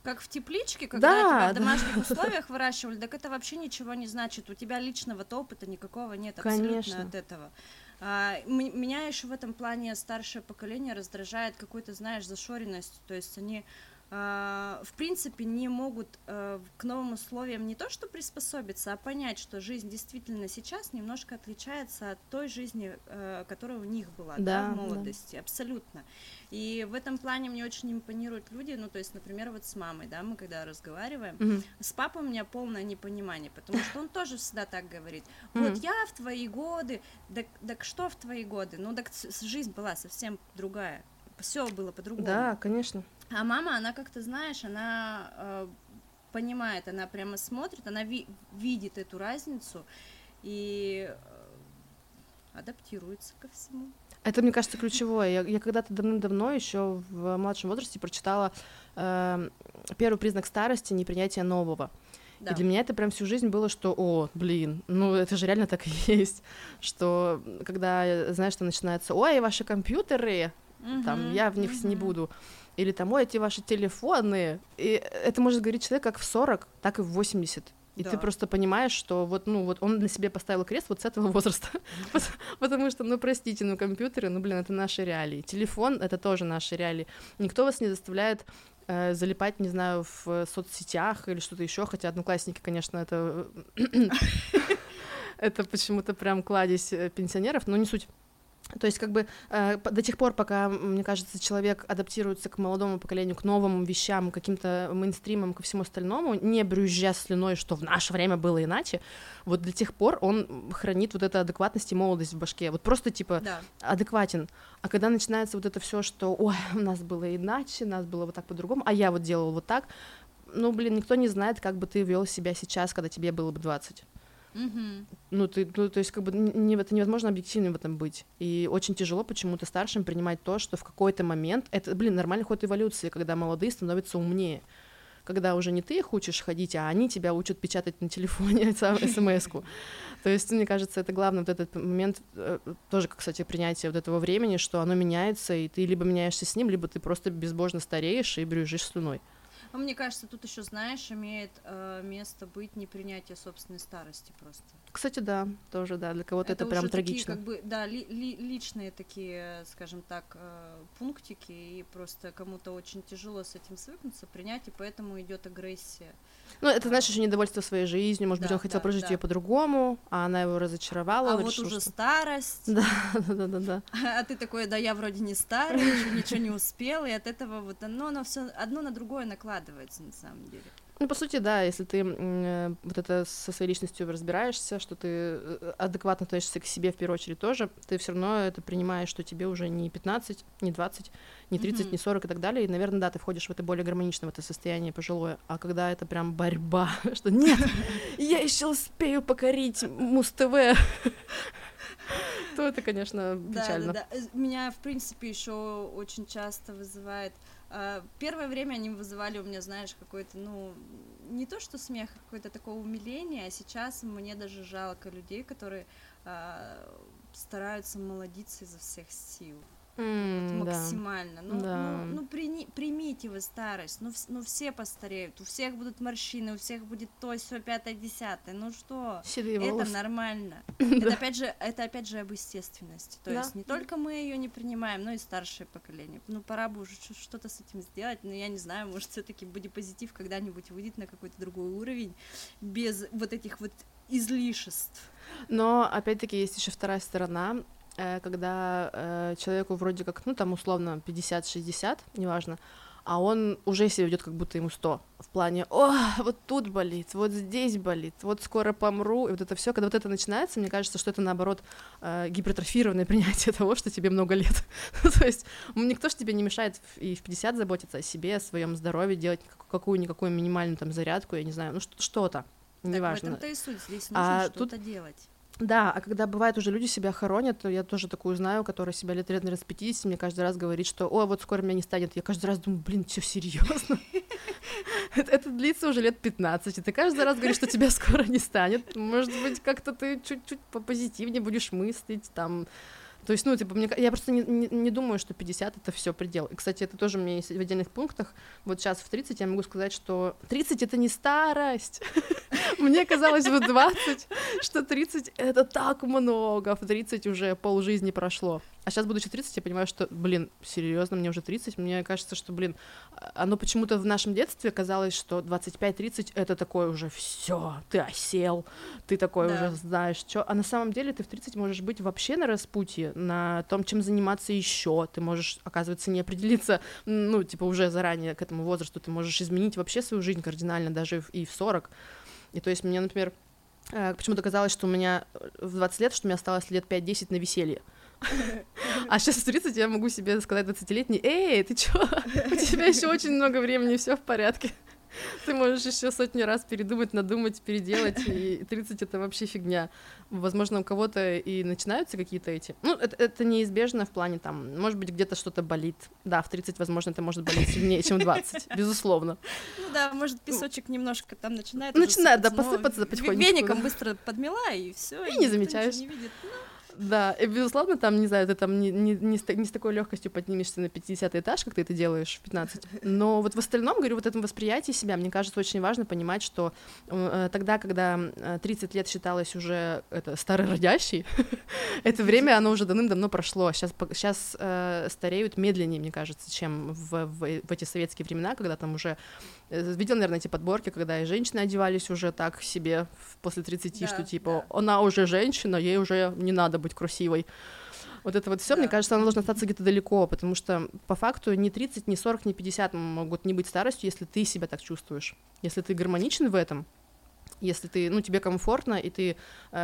[SPEAKER 2] Как в тепличке, когда тебя в
[SPEAKER 1] Да,
[SPEAKER 2] домашних условиях выращивали, так это вообще ничего не значит. У тебя личного-то опыта никакого нет абсолютно
[SPEAKER 1] конечно.
[SPEAKER 2] от этого. Меня еще в этом плане старшее поколение раздражает какой-то, знаешь, зашоренностью. То есть они, в принципе, не могут к новым условиям не то что приспособиться, а понять, что жизнь действительно сейчас немножко отличается от той жизни, которая у них была, да, в
[SPEAKER 1] Да, да.
[SPEAKER 2] молодости, абсолютно. И в этом плане мне очень импонируют люди, ну, то есть, например, вот с мамой, да, мы когда разговариваем,
[SPEAKER 1] Мгм.
[SPEAKER 2] с папой у меня полное непонимание, потому что он тоже всегда так говорит,
[SPEAKER 1] Мгм.
[SPEAKER 2] вот я в твои годы, так что в твои годы, ну, так жизнь была совсем другая, все было по-другому.
[SPEAKER 1] Да, конечно.
[SPEAKER 2] А мама, она как-то, знаешь, она понимает, она прямо смотрит, она видит эту разницу и адаптируется ко всему.
[SPEAKER 1] Это, мне кажется, ключевое. Я когда-то давным-давно, еще в младшем возрасте, прочитала первый признак старости — непринятие нового.
[SPEAKER 2] Да.
[SPEAKER 1] И для меня это прям всю жизнь было, что, о, блин, ну это же реально так и есть, что когда, знаешь, там начинается, ой, ваши компьютеры, там, я в них не буду, или там, ой, эти ваши телефоны, и это может говорить человек как в 40, так и в 80. И
[SPEAKER 2] Да.
[SPEAKER 1] ты просто понимаешь, что вот, ну, вот он на себе поставил крест вот с этого возраста, потому что, ну, простите, ну, компьютеры, ну, блин, это наши реалии, телефон — это тоже наши реалии, никто вас не заставляет залипать, не знаю, в соцсетях или что-то еще, хотя Одноклассники, конечно, это это почему-то прям кладезь пенсионеров, но не суть. То есть как бы до тех пор, пока, мне кажется, человек адаптируется к молодому поколению, к новым вещам, к каким-то мейнстримам, ко всему остальному, не брюзжа слюной, что в наше время было иначе, вот до тех пор он хранит вот эту адекватность и молодость в башке, вот просто типа адекватен. А когда начинается вот это все, что ой, у нас было иначе, у нас было вот так по-другому, а я вот делал вот так, ну, блин, никто не знает, как бы ты вел себя сейчас, когда тебе было бы 20. Ну, то есть, как бы, это невозможно объективным в этом быть. И очень тяжело почему-то старшим принимать то, что в какой-то момент... Это, блин, нормальный ход эволюции, когда молодые становятся умнее. Когда уже не ты их учишь ходить, а они тебя учат печатать на телефоне смс-ку. То есть, мне кажется, это главное, вот этот момент, тоже, кстати, принятие вот этого времени, что оно меняется, и ты либо меняешься с ним, либо ты просто безбожно стареешь и брюзжишь слюной.
[SPEAKER 2] Ну, мне кажется, тут еще, знаешь, имеет место быть непринятие собственной старости просто.
[SPEAKER 1] Кстати, да, тоже, да, для кого-то это прям трагично.
[SPEAKER 2] Такие, как бы, да, личные такие, скажем так, пунктики, и просто кому-то очень тяжело с этим свыкнуться, принять, и поэтому идет агрессия.
[SPEAKER 1] Ну, это, знаешь, еще недовольство своей жизнью, может быть, он хотел прожить ее по-другому, а она его разочаровала.
[SPEAKER 2] А вот уже старость.
[SPEAKER 1] Да.
[SPEAKER 2] А ты такой, да, я вроде не старый, еще ничего не успел, и от этого вот оно все одно на другое накладывается, на самом деле.
[SPEAKER 1] Ну, по сути, да, если ты вот это со своей личностью разбираешься, что ты адекватно относишься к себе в первую очередь тоже, ты все равно это принимаешь, что тебе уже не 15, не 20, не 30, не 40 и так далее, и, наверное, да, ты входишь в это более гармонично, в это состояние пожилое, а когда это прям борьба, что нет, я еще успею покорить Муз-ТВ, то это, конечно, печально.
[SPEAKER 2] Да. Меня, в принципе, еще очень часто вызывает... Первое время они вызывали у меня, знаешь, какой-то, ну, не то что смех, а какое-то такое умиление, а сейчас мне даже жалко людей, которые стараются молодиться изо всех сил. Максимально.
[SPEAKER 1] Да.
[SPEAKER 2] Ну, примите вы старость. Ну, все постареют, у всех будут морщины, у всех будет то, сё, 5, 10. Ну что?
[SPEAKER 1] Седые волосы.
[SPEAKER 2] Это нормально. Это опять же об естественности. То есть не только мы ее не принимаем, но и старшее поколение. Ну, пора бы уже что-то с этим сделать. Но я не знаю, может, все-таки бодипозитив когда-нибудь выйдет на какой-то другой уровень, без вот этих вот излишеств.
[SPEAKER 1] Но, опять-таки, есть еще вторая сторона, когда человеку вроде как, ну, там, условно, 50-60, неважно, а он уже себя ведет, как будто ему 100, в плане, о, вот тут болит, вот здесь болит, вот скоро помру, и вот это все, когда вот это начинается, мне кажется, что это, наоборот, гипертрофированное принятие того, что тебе много лет. То есть никто же тебе не мешает и в 50 заботиться о себе, о своем здоровье, делать какую-никакую минимальную там зарядку, я не знаю, ну, что-то, неважно.
[SPEAKER 2] Так в этом-то и суть, здесь нужно что-то делать.
[SPEAKER 1] Да, а когда бывает уже люди себя хоронят, то я тоже такую знаю, которая себя лет, наверное, с 50, мне каждый раз говорит, что «О, вот скоро меня не станет». Я каждый раз думаю, блин, всё серьезно? Это длится уже лет 15, и ты каждый раз говоришь, что тебя скоро не станет. Может быть, как-то ты чуть-чуть попозитивнее будешь мыслить, там, То есть, ну, типа, я просто не думаю, что 50 — это все предел. И, кстати, это тоже у меня есть в отдельных пунктах. Вот сейчас в 30 я могу сказать, что 30 — это не старость. Мне казалось в 20, что 30 — это так много. В 30 уже полжизни прошло. А сейчас, будучи 30, я понимаю, что, блин, серьезно, мне уже 30. Мне кажется, что, блин, оно почему-то в нашем детстве казалось, что 25-30 — это такое уже все, ты осел, ты такой уже знаешь, что. А на самом деле ты в 30 можешь быть вообще на распутье, на том, чем заниматься еще. Ты можешь, оказывается, не определиться, ну, типа, уже заранее к этому возрасту. Ты можешь изменить вообще свою жизнь кардинально, даже и в 40. И то есть мне, например, почему-то казалось, что у меня в 20 лет, что у меня осталось лет 5-10 на веселье. А сейчас в 30 я могу себе сказать 20-летней: эй, ты чё? У тебя еще очень много времени, все в порядке. Ты можешь еще сотню раз передумать, надумать, переделать, и 30 — это вообще фигня. Возможно, у кого-то и начинаются какие-то эти... Ну, это неизбежно в плане, там, может быть, где-то что-то болит. Да, в 30, возможно, это может болеть сильнее, чем в 20, безусловно.
[SPEAKER 2] Ну да, может, песочек немножко там начинает
[SPEAKER 1] да, посыпаться потихонечку.
[SPEAKER 2] Веником быстро подмела, и все,
[SPEAKER 1] и не замечаешь.
[SPEAKER 2] Не видит.
[SPEAKER 1] Да, и, безусловно, там, не знаю, ты там не с такой легкостью поднимешься на 50 этаж, как ты это делаешь в 15. Но вот в остальном, говорю, вот этом восприятии себя, мне кажется, очень важно понимать, что тогда, когда 30 лет считалось уже старородящей, это время, оно уже давным-давно прошло. Сейчас стареют медленнее, мне кажется, чем в эти советские времена, когда там уже... Видел, наверное, эти подборки, когда и женщины одевались уже так себе после 30, да, что типа она уже женщина, ей уже не надо быть красивой. Вот это вот все, мне кажется, оно должно остаться где-то далеко, потому что по факту ни 30, ни 40, ни 50 могут не быть старостью, если ты себя так чувствуешь, если ты гармоничен в этом, если ты, ну, тебе комфортно, и ты...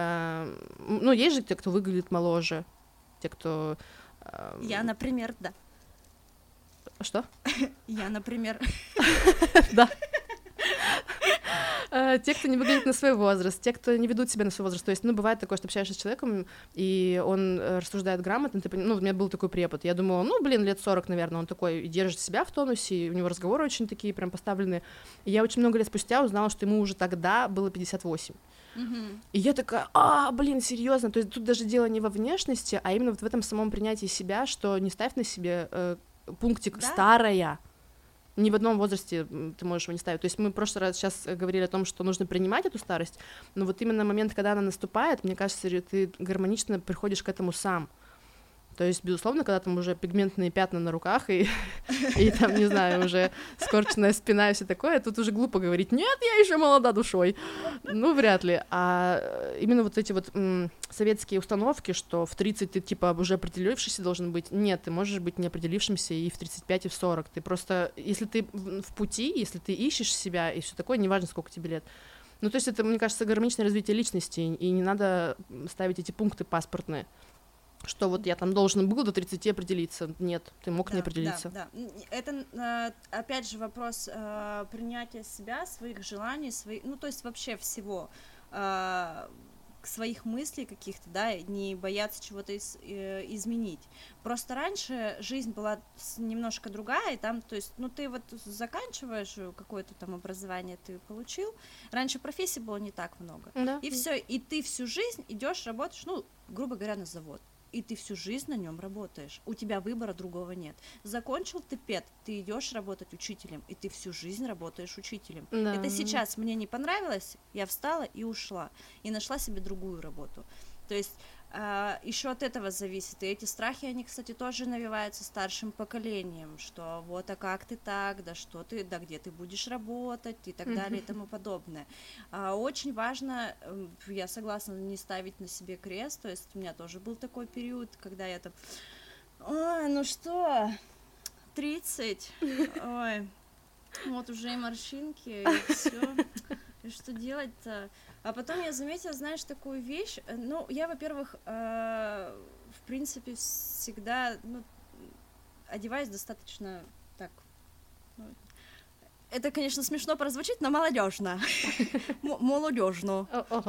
[SPEAKER 1] ну, есть же те, кто выглядит моложе, те, кто...
[SPEAKER 2] Я, например, да.
[SPEAKER 1] Что?
[SPEAKER 2] Я, например.
[SPEAKER 1] Да. Те, кто не выглядит на свой возраст, те, кто не ведут себя на свой возраст. То есть, ну, бывает такое, что общаешься с человеком, и он рассуждает грамотно. Ну, у меня был такой препод. Я думала, ну, блин, лет 40, наверное, он такой держит себя в тонусе, и у него разговоры очень такие прям поставленные. И я очень много лет спустя узнала, что ему уже тогда было 58. И я такая, блин, серьезно. То есть тут даже дело не во внешности, а именно вот в этом самом принятии себя, что не ставь на себе пунктик «старая». Ни в одном возрасте ты можешь его не ставить. То есть мы в прошлый раз сейчас говорили о том, что нужно принимать эту старость, но вот именно момент, когда она наступает, мне кажется, ты гармонично приходишь к этому сам. То есть, безусловно, когда там уже пигментные пятна на руках и там, не знаю, уже скорченная спина и все такое, тут уже глупо говорить: нет, я еще молода душой. Ну, вряд ли. А именно вот эти вот советские установки, что в 30 ты, типа, уже определившийся должен быть. Нет, ты можешь быть неопределившимся и в 35, и в 40. Ты просто, если ты в пути, если ты ищешь себя и все такое, неважно, сколько тебе лет. Ну, то есть это, мне кажется, гармоничное развитие личности, и не надо ставить эти пункты паспортные, что вот я там должен был до 30 определиться. Нет, ты мог не определиться.
[SPEAKER 2] Да. Это, опять же, вопрос принятия себя, своих желаний, ну, то есть вообще всего, своих мыслей каких-то, да, не бояться чего-то изменить. Просто раньше жизнь была немножко другая, и там, то есть, ну, ты вот заканчиваешь какое-то там образование, ты получил, раньше профессий было не так много, и все, и ты всю жизнь идешь, работаешь, ну, грубо говоря, на завод. И ты всю жизнь на нем работаешь. У тебя выбора другого нет. Закончил ты ПЕД, ты идешь работать учителем, и ты всю жизнь работаешь учителем. Да. Это сейчас мне не понравилось, я встала и ушла, и нашла себе другую работу. То есть еще от этого зависит. И эти страхи, они, кстати, тоже навеваются старшим поколением, что вот, а как ты так, да что ты, да где ты будешь работать и так далее и тому подобное. Очень важно, я согласна, не ставить на себе крест, то есть у меня тоже был такой период, когда я там, ой, ну что, 30, ой, вот уже и морщинки, и все. И что делать-то? А потом я заметила, знаешь, такую вещь. Ну, я, во-первых, в принципе, всегда одеваюсь достаточно так. Это, конечно, смешно прозвучит, но молодежно. Молодежно.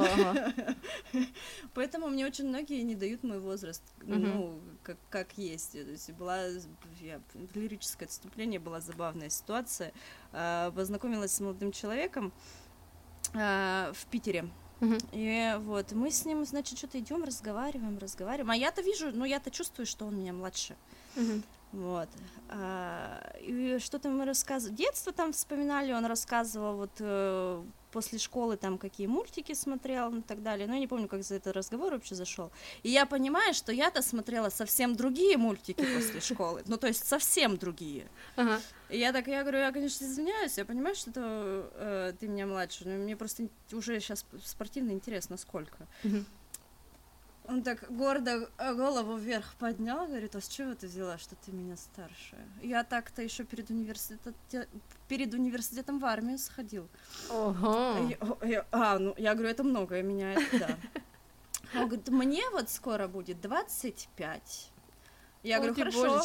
[SPEAKER 2] Поэтому мне очень многие не дают мой возраст, ну, как есть. То есть лирическое отступление, была забавная ситуация. Познакомилась с молодым человеком в Питере. И вот мы с ним, значит, что-то идем, разговариваем, а я-то вижу, ну, я-то чувствую, что он меня младше. Вот. И что-то мы рассказывали, детство там вспоминали, он рассказывал вот после школы там какие мультики смотрел и так далее, но я не помню, как за этот разговор вообще зашел. И я понимаю, что я-то смотрела совсем другие мультики после школы, ну то есть совсем другие. И я говорю, я, конечно, извиняюсь, я понимаю, что ты меня младше, но мне просто уже сейчас спортивно интересно, сколько. Он так гордо голову вверх поднял, говорит, а с чего ты взяла, что ты меня старше? Я так-то еще перед университетом в армию сходил.
[SPEAKER 1] Ого.
[SPEAKER 2] Я говорю, это многое меняет, да. Он говорит, мне вот скоро будет 25. Я говорю, хорошо.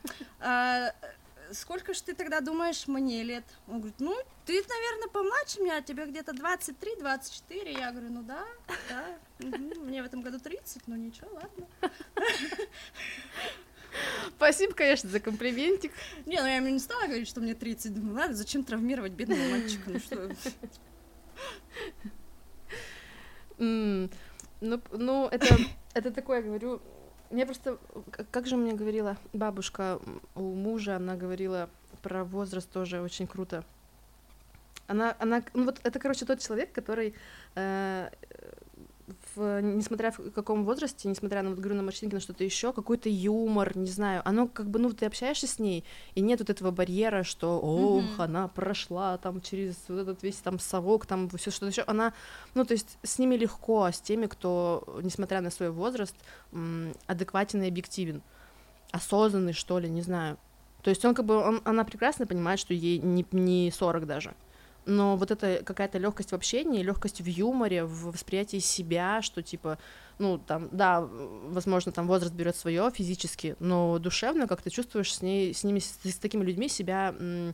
[SPEAKER 2] Сколько ж ты тогда думаешь мне лет? Он говорит, ну, ты, наверное, помладше меня, тебе где-то 23-24. Я говорю, ну да, мне в этом году 30, но ничего, ладно.
[SPEAKER 1] Спасибо, конечно, за комплиментик.
[SPEAKER 2] Не, ну я ему не стала говорить, что мне 30. Думаю, ладно, зачем травмировать бедного мальчика, ну что...
[SPEAKER 1] Ну, это такое, говорю... Мне просто, как же мне говорила бабушка у мужа, она говорила про возраст тоже очень круто. Она, ну вот это, короче, тот человек, который, несмотря в каком возрасте, несмотря на, вот, говорю, на морщинки, на что-то еще, какой-то юмор, не знаю, оно как бы, ну, ты общаешься с ней, и нет вот этого барьера, что, ох, она прошла там через вот этот весь там совок, там все что-то еще, она, ну, то есть с ними легко, с теми, кто, несмотря на свой возраст, адекватен и объективен, осознанный, что ли, не знаю. То есть он как бы, она прекрасно понимает, что ей не 40 даже. Но вот это какая-то легкость в общении, легкость в юморе, в восприятии себя, что типа, ну там, да, возможно, там возраст берет свое физически, но душевно, как ты чувствуешь с ними, с такими людьми себя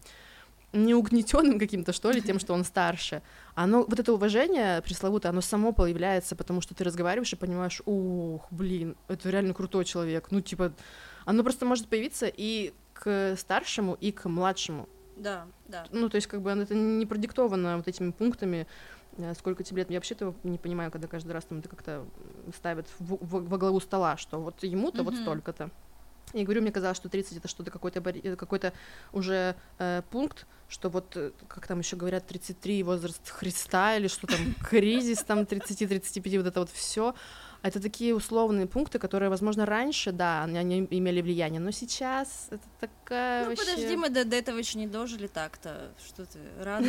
[SPEAKER 1] не угнетенным каким-то, что ли, тем, что он старше. Оно, вот это уважение пресловутое, оно само появляется, потому что ты разговариваешь и понимаешь, ух, блин, это реально крутой человек. Ну, типа, оно просто может появиться и к старшему, и к младшему.
[SPEAKER 2] Да.
[SPEAKER 1] Ну, то есть, как бы, это не продиктовано вот этими пунктами, сколько тебе лет. Я вообще-то не понимаю, когда каждый раз там это как-то ставят во главу стола, что вот ему-то вот столько-то. Я говорю, мне казалось, что 30 это что-то какой-то уже пункт, что вот, как там еще говорят, 33 возраст Христа, или что там, кризис там 30-35, вот это вот все. Это такие условные пункты, которые, возможно, раньше, да, они имели влияние, но сейчас это такая вообще...
[SPEAKER 2] Подожди, мы до этого еще не дожили так-то, что ты, рано.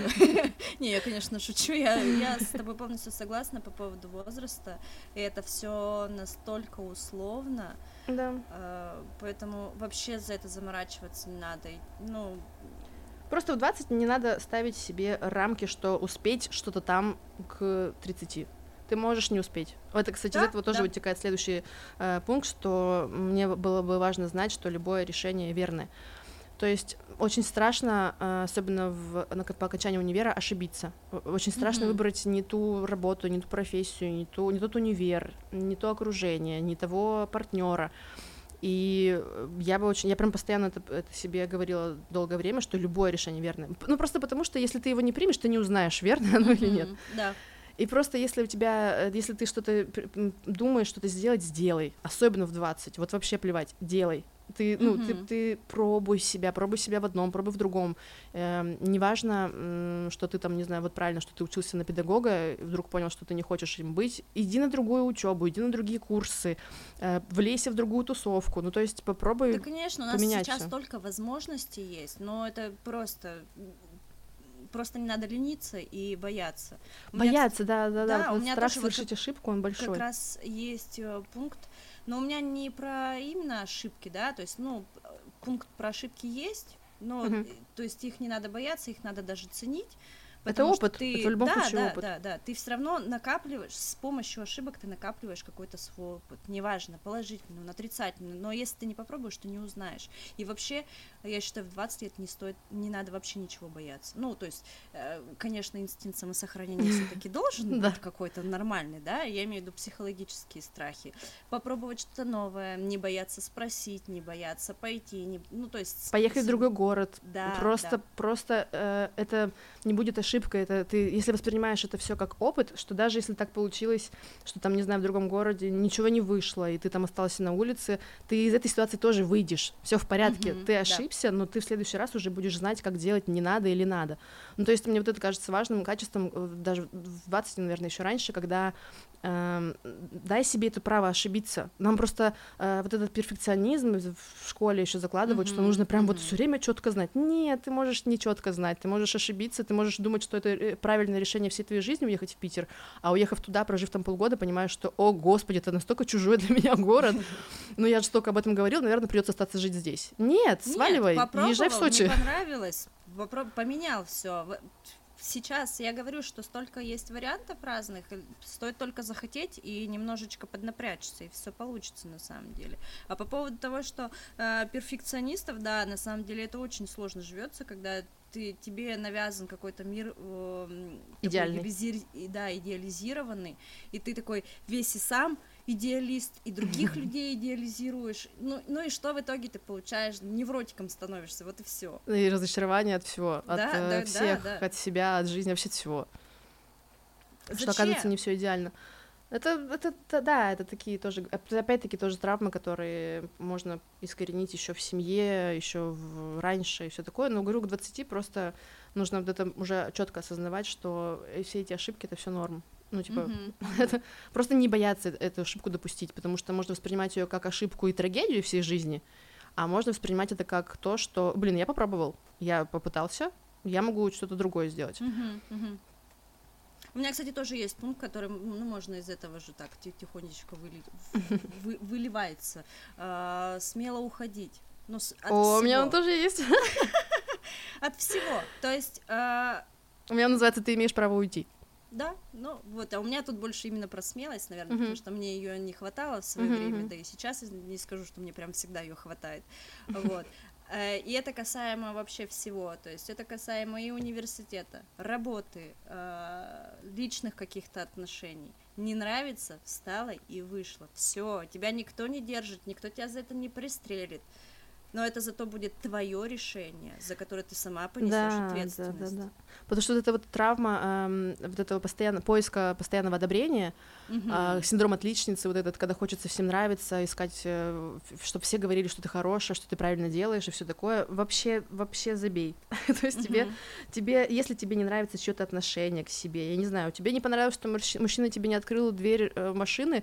[SPEAKER 2] Не, я, конечно, шучу, я с тобой полностью согласна по поводу возраста, и это все настолько условно,
[SPEAKER 1] да.
[SPEAKER 2] Поэтому вообще за это заморачиваться не надо, ну...
[SPEAKER 1] Просто в 20 не надо ставить себе рамки, что успеть что-то там к 30. Ты можешь не успеть. Это, кстати, из этого тоже вытекает следующий пункт, что мне было бы важно знать, что любое решение верное. То есть очень страшно, особенно по окончанию универа, ошибиться. Очень страшно выбрать не ту работу, не ту профессию, не тот универ, не то окружение, не того партнера. И я прям постоянно это себе говорила долгое время, что любое решение верное. Ну, просто потому что если ты его не примешь, ты не узнаешь, верно оно или нет.
[SPEAKER 2] Да.
[SPEAKER 1] И просто если ты что-то думаешь, что-то сделай, особенно в 20, вот вообще плевать, делай. Ты пробуй себя в одном, пробуй в другом. Неважно, что ты там, не знаю, вот правильно, что ты учился на педагога, и вдруг понял, что ты не хочешь им быть, иди на другую учебу, иди на другие курсы, влезь в другую тусовку, ну то есть попробуй поменять.
[SPEAKER 2] Да, конечно, у нас сейчас столько возможностей есть, но это просто не надо лениться и бояться.
[SPEAKER 1] Бояться, да.
[SPEAKER 2] У меня
[SPEAKER 1] страх совершить ошибку, он большой.
[SPEAKER 2] Как раз есть пункт, но у меня не про именно ошибки, да, то есть, ну, пункт про ошибки есть, но, то есть их не надо бояться, их надо даже ценить.
[SPEAKER 1] Это опыт, это в любом случае опыт.
[SPEAKER 2] Да, ты все равно накапливаешь, с помощью ошибок ты накапливаешь какой-то свой опыт, неважно, положительный, он отрицательный, но если ты не попробуешь, ты не узнаешь. И вообще, я считаю, в 20 лет не надо вообще ничего бояться. Ну, то есть, конечно, инстинкт самосохранения все-таки должен быть какой-то нормальный, да, я имею в виду психологические страхи. Попробовать что-то новое, не бояться спросить, не бояться пойти, ну, то есть...
[SPEAKER 1] Поехать в другой город,
[SPEAKER 2] да,
[SPEAKER 1] просто это не будет ошибкой, ошибка, это ты, если воспринимаешь это все как опыт, что даже если так получилось, что там, не знаю, в другом городе ничего не вышло, и ты там остался на улице, ты из этой ситуации тоже выйдешь, все в порядке, ты ошибся, но ты в следующий раз уже будешь знать, как делать, не надо или надо. Ну, то есть мне вот это кажется важным качеством, даже в 20, наверное, еще раньше, когда дай себе это право ошибиться. Нам просто вот этот перфекционизм в школе еще закладывают, что нужно прям вот все время четко знать. Нет, ты можешь не четко знать, ты можешь ошибиться, ты можешь думать, что это правильное решение всей твоей жизни уехать в Питер, а уехав туда, прожив там полгода, понимаешь, что, о, господи, это настолько чужой для меня город. Ну, я же столько об этом говорил, наверное, придется остаться жить здесь. Нет, сваливай, езжай в Сочи.
[SPEAKER 2] Не понравилось, поменял все. Сейчас я говорю, что столько есть вариантов разных, стоит только захотеть и немножечко поднапрячься, и все получится на самом деле. А по поводу того, что перфекционистов, да, на самом деле это очень сложно живется, когда тебе навязан какой-то мир
[SPEAKER 1] идеальный,
[SPEAKER 2] идеализированный, и ты такой весь и сам идеалист, и других людей идеализируешь. Ну и что в итоге ты получаешь? Невротиком становишься, вот и все.
[SPEAKER 1] И разочарование от всего, от всех, от себя, от жизни, вообще от всего.
[SPEAKER 2] Зачем?
[SPEAKER 1] Что, оказывается, не все идеально. Это такие тоже, опять-таки, тоже травмы, которые можно искоренить еще в семье, еще раньше и все такое. Но, говорю, к 20 просто нужно вот это уже четко осознавать, что все эти ошибки — это все норм. Ну, типа, это, просто не бояться эту ошибку допустить, потому что можно воспринимать ее как ошибку и трагедию всей жизни, а можно воспринимать это как то, что, блин, я попробовал, я попытался, я могу что-то другое сделать.
[SPEAKER 2] У меня, кстати, тоже есть пункт, который, ну, можно из этого же так тихонечко выливается. Смело уходить. Ну,
[SPEAKER 1] у меня он тоже есть.
[SPEAKER 2] От всего. То есть...
[SPEAKER 1] У меня он называется «Ты имеешь право уйти».
[SPEAKER 2] Да, ну вот, а у меня тут больше именно про смелость, наверное, потому что мне ее не хватало в свое время, да и сейчас не скажу, что мне прям всегда ее хватает, вот. И это касаемо вообще всего, то есть это касаемо и университета, работы, личных каких-то отношений. Не нравится, встала и вышла, все, тебя никто не держит, никто тебя за это не пристрелит. Но это зато будет твое решение, за которое ты сама понесешь ответственность.
[SPEAKER 1] Да. Потому что вот эта вот травма вот этого поиска постоянного одобрения, синдром отличницы, вот этот, когда хочется всем нравиться, искать, чтобы все говорили, что ты хорошая, что ты правильно делаешь и все такое, вообще забей. То есть тебе, если тебе не нравится чьё-то отношение к себе, я не знаю, тебе не понравилось, что мужчина тебе не открыл дверь машины,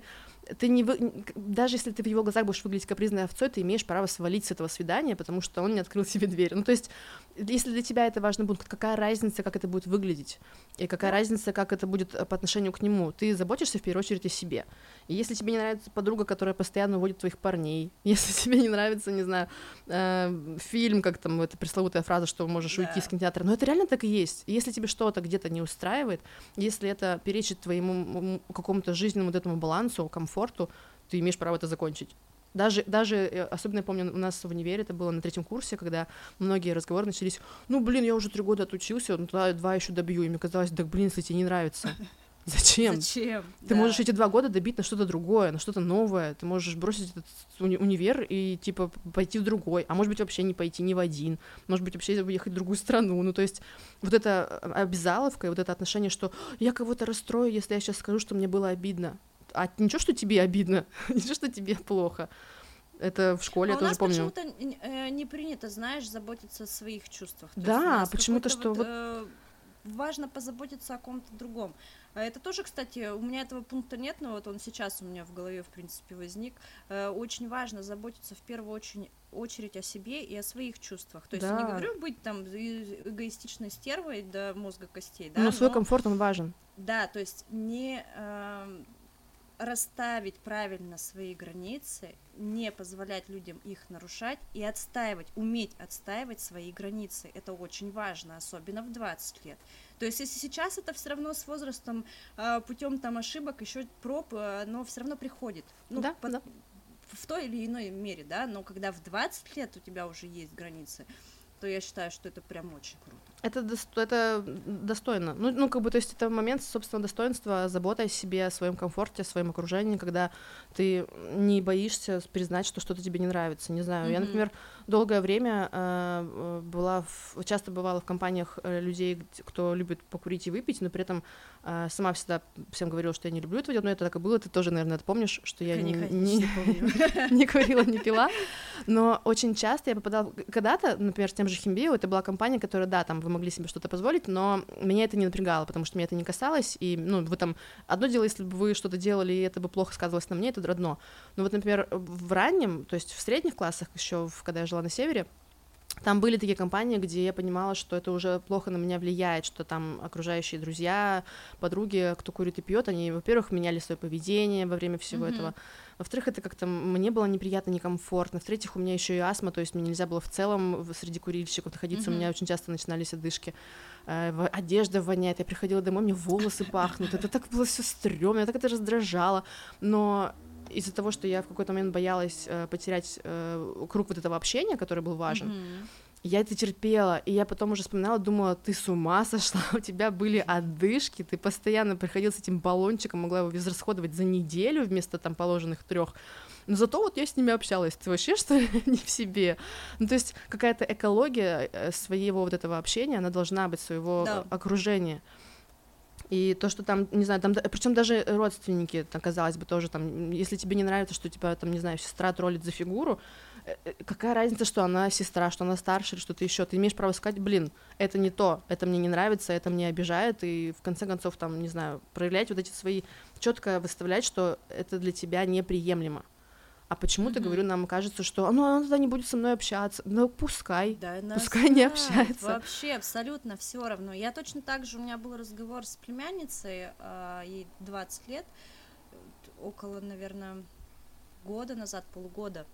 [SPEAKER 1] даже если ты в его глазах будешь выглядеть капризной овцой, ты имеешь право свалить с этого свидания, потому что он не открыл себе дверь. Ну, то есть, если для тебя это важный пункт, какая разница, как это будет выглядеть, и какая разница, как это будет по отношению к нему. Ты заботишься в первую очередь о себе. И если тебе не нравится подруга, которая постоянно уводит твоих парней, если тебе не нравится, не знаю, фильм, как там эта пресловутая фраза, что можешь уйти из кинотеатра, но это реально так и есть. И если тебе что-то где-то не устраивает, если это перечит твоему какому-то жизненному вот этому балансу, комфорту, ты имеешь право это закончить. Даже, особенно я помню, у нас в универе это было на 3-м курсе, когда многие разговоры начались, ну, блин, я уже 3 года отучился, ну, 2 еще добью, и мне казалось, да, блин, если тебе не нравится, зачем? Ты можешь эти 2 года добить на что-то другое, на что-то новое, ты можешь бросить этот универ и, типа, пойти в другой, а может быть, вообще не пойти ни в один, может быть, вообще уехать в другую страну, ну, то есть вот эта обязаловка и вот это отношение, что я кого-то расстрою, если я сейчас скажу, что мне было обидно. А ничего, что тебе обидно, ничего, что тебе плохо. Это в школе, я тоже помню.
[SPEAKER 2] У нас почему-то не принято, знаешь, заботиться о своих чувствах.
[SPEAKER 1] Да, почему-то, что
[SPEAKER 2] важно позаботиться о ком-то другом. Это тоже, кстати, у меня этого пункта нет, но вот он сейчас у меня в голове, в принципе, возник. Очень важно заботиться в первую очередь о себе и о своих чувствах. То есть я не говорю быть там эгоистичной стервой до мозга костей, да,
[SPEAKER 1] но свой комфорт, он важен.
[SPEAKER 2] Да, то есть не расставить правильно свои границы, не позволять людям их нарушать и уметь отстаивать свои границы. Это очень важно, особенно в 20 лет. То есть если сейчас это все равно с возрастом, путем там ошибок, еще проб, но все равно приходит. Ну,
[SPEAKER 1] да.
[SPEAKER 2] В той или иной мере, да, но когда в 20 лет у тебя уже есть границы, то я считаю, что это прям очень круто.
[SPEAKER 1] Это достойно. Ну, как бы, то есть это момент собственного достоинства, забота о себе, о своем комфорте, о своем окружении, когда ты не боишься признать, что что-то тебе не нравится. Не знаю, я, например, долгое время часто бывала в компаниях людей, кто любит покурить и выпить, но при этом сама всегда всем говорила, что я не люблю этого делать, но это так и было, ты тоже, наверное, это помнишь, что я не курила, не пила, но очень часто я попадала, когда-то, например, с тем же Химбио, это была компания, которая, да, там вы могли себе что-то позволить, но меня это не напрягало, потому что меня это не касалось, и, ну, вы там, одно дело, если бы вы что-то делали, и это бы плохо сказывалось на мне, это одно, но вот, например, в раннем, то есть в средних классах еще, когда я жила на севере, там были такие компании, где я понимала, что это уже плохо на меня влияет, что там окружающие друзья, подруги, кто курит и пьет, они, во-первых, меняли свое поведение во время всего этого, во-вторых, это как-то мне было неприятно, некомфортно, в-третьих, у меня еще и астма, то есть мне нельзя было в целом среди курильщиков находиться, у меня очень часто начинались одышки, одежда воняет, я приходила домой, мне волосы пахнут, это так было все стрёмно, меня так это раздражало, но из-за того, что я в какой-то момент боялась потерять круг вот этого общения, который был важен, я это терпела, и я потом уже вспоминала, думала, ты с ума сошла, у тебя были одышки, ты постоянно приходила с этим баллончиком, могла его израсходовать за неделю вместо там положенных 3, но зато вот я с ними общалась, ты вообще что ли не в себе? Ну, то есть какая-то экология своего вот этого общения, она должна быть, своего окружения. И то, что там, не знаю, там, причем даже родственники, там, казалось бы, тоже там, если тебе не нравится, что тебя там, не знаю, сестра троллит за фигуру, какая разница, что она сестра, что она старше или что-то еще, ты имеешь право сказать, блин, это не то, это мне не нравится, это мне обижает, и в конце концов, там, не знаю, проявлять вот эти свои, четко выставлять, что это для тебя неприемлемо. А почему-то, говорю, нам кажется, что она тогда не будет со мной общаться. Ну, пускай,
[SPEAKER 2] да,
[SPEAKER 1] пускай не общается.
[SPEAKER 2] Вообще абсолютно все равно. Я точно так же, у меня был разговор с племянницей, ей 20 лет, около, наверное, года назад, полугода.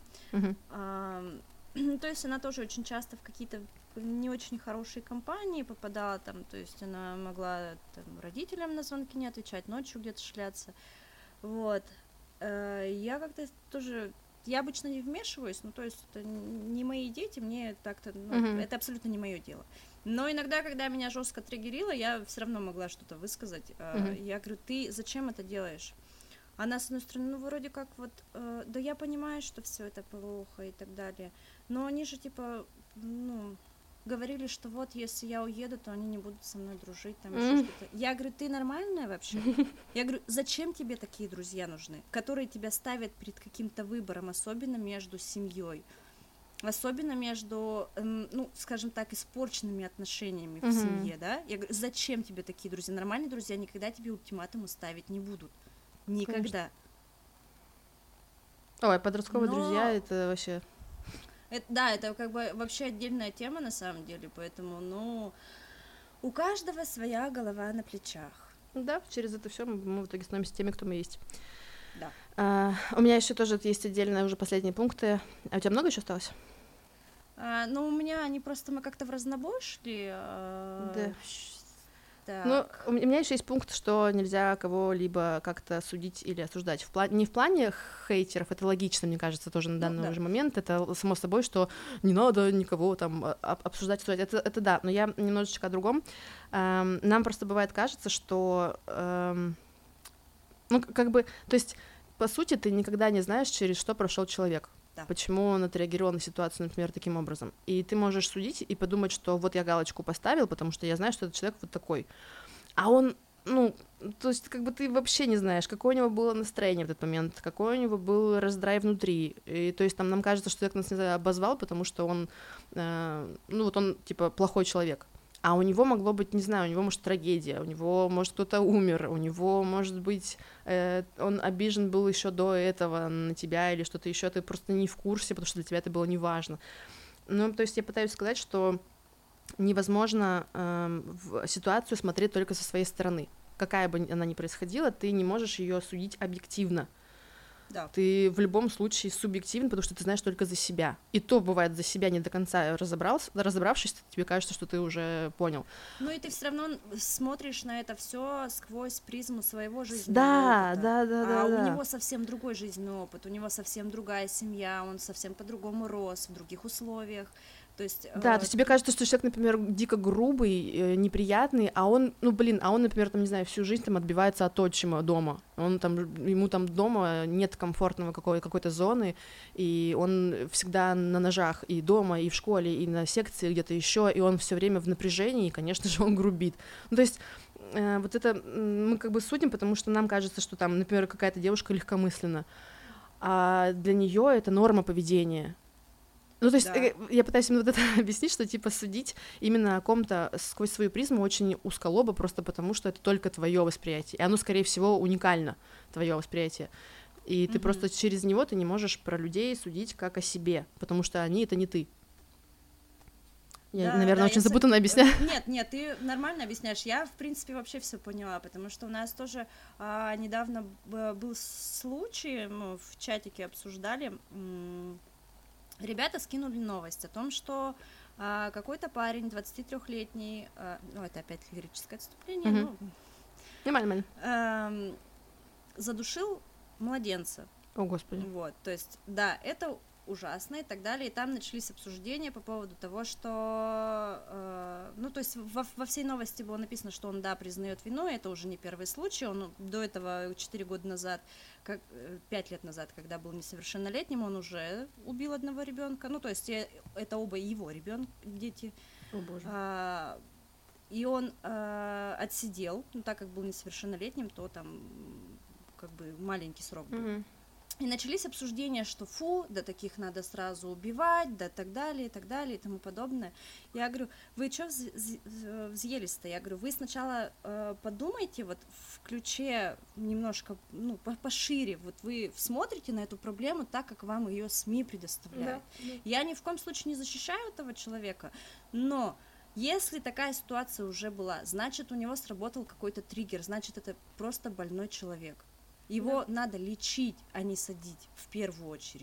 [SPEAKER 2] То есть она тоже очень часто в какие-то не очень хорошие компании попадала, там, то есть она могла там, родителям на звонки не отвечать, ночью где-то шляться, вот. Я как-то тоже, я обычно не вмешиваюсь, ну, то есть это не мои дети, мне так-то, ну, это абсолютно не мое дело. Но иногда, когда меня жестко триггерило, я все равно могла что-то высказать. Я говорю, ты зачем это делаешь? Она, с одной стороны, ну, вроде как вот, да я понимаю, что все это плохо и так далее, но они же, типа, ну, говорили, что вот, если я уеду, то они не будут со мной дружить, там еще что-то. Я говорю, ты нормальная вообще? Я говорю, зачем тебе такие друзья нужны, которые тебя ставят перед каким-то выбором, особенно между семьей, особенно между, ну, скажем так, испорченными отношениями в семье, да? Я говорю, зачем тебе такие друзья? Нормальные друзья никогда тебе ультиматумы ставить не будут. Никогда.
[SPEAKER 1] Ой, подростковые друзья, это вообще...
[SPEAKER 2] Да, это как бы вообще отдельная тема на самом деле, поэтому, ну, у каждого своя голова на плечах.
[SPEAKER 1] Да, через это все мы в итоге становимся теми, кто мы есть.
[SPEAKER 2] Да.
[SPEAKER 1] У меня еще тоже есть отдельные уже последние пункты. А у тебя много еще осталось?
[SPEAKER 2] Ну, у меня они просто, мы как-то в разнобой шли.
[SPEAKER 1] Да.
[SPEAKER 2] Так.
[SPEAKER 1] Ну, у меня еще есть пункт, что нельзя кого-либо как-то судить или осуждать. Не в плане хейтеров, это логично, мне кажется, тоже на данный уже момент. Это само собой, что не надо никого там обсуждать, судить. Это да, но я немножечко о другом. Нам просто бывает кажется, что... ну, как бы, то есть, по сути, ты никогда не знаешь, через что прошел человек. Да. Почему он отреагировал на ситуацию, например, таким образом. И ты можешь судить и подумать, что вот я галочку поставил, потому что я знаю, что этот человек вот такой. А он, ну, то есть как бы ты вообще не знаешь, какое у него было настроение в этот момент, какой у него был раздрай внутри. И то есть там нам кажется, что человек нас, не знаю, обозвал, потому что он, ну вот он, типа, плохой человек. А у него могло быть, не знаю, у него может трагедия, у него может кто-то умер, у него может быть он обижен был еще до этого на тебя или что-то еще, ты просто не в курсе, потому что для тебя это было неважно. Ну, то есть я пытаюсь сказать, что невозможно в ситуацию смотреть только со своей стороны. Какая бы она ни происходила, ты не можешь ее судить объективно. Да. Ты в любом случае субъективен, потому что ты знаешь только за себя. И то бывает за себя не до конца разобравшись, тебе кажется, что ты уже понял.
[SPEAKER 2] Ну и ты все равно смотришь на это все сквозь призму своего жизненного опыта. Да. У него совсем другой жизненный опыт, у него совсем другая семья, он совсем по-другому рос, в других условиях. То есть...
[SPEAKER 1] Да, то есть тебе кажется, что человек, например, дико грубый, неприятный, а он, например, там, не знаю, всю жизнь там отбивается от отчима дома, ему там дома нет комфортного какой-то зоны, и он всегда на ножах и дома, и в школе, и на секции где-то еще, и он все время в напряжении, и, конечно же, он грубит. Ну, то есть вот это мы как бы судим, потому что нам кажется, что там, например, какая-то девушка легкомысленна, а для нее это норма поведения. Ну, то есть я пытаюсь именно вот это объяснить, что, типа, судить именно о ком-то сквозь свою призму очень узколобо, просто потому что это только твое восприятие, и оно, скорее всего, уникально, твое восприятие, и ты просто через него ты не можешь про людей судить как о себе, потому что они — это не ты. Я, наверное, очень запутанно объясняю.
[SPEAKER 2] Нет, ты нормально объясняешь. Я, в принципе, вообще все поняла, потому что у нас тоже недавно был случай, мы в чатике обсуждали, ребята скинули новость о том, что какой-то парень, 23-летний, ну, это опять лирическое отступление,
[SPEAKER 1] Нормально.
[SPEAKER 2] Задушил младенца.
[SPEAKER 1] О, Господи.
[SPEAKER 2] Вот, то есть, да, это ужасно и так далее, и там начались обсуждения по поводу того, что, ну, то есть во всей новости было написано, что он, да, признает вину, и это уже не первый случай, он до этого 4 года назад, 5 лет назад, когда был несовершеннолетним, он уже убил одного ребенка, ну, то есть это оба его дети.
[SPEAKER 1] О, Боже.
[SPEAKER 2] И он отсидел, ну, так как был несовершеннолетним, то там как бы маленький срок был. И начались обсуждения, что фу, да таких надо сразу убивать, да так далее, и тому подобное. Я говорю, вы что взъелись-то? Я говорю, вы сначала подумайте вот в ключе немножко, ну, пошире, вот вы смотрите на эту проблему так, как вам ее СМИ предоставляют. Да. Я ни в коем случае не защищаю этого человека, но если такая ситуация уже была, значит, у него сработал какой-то триггер, значит, это просто больной человек. Его надо лечить, а не садить в первую очередь.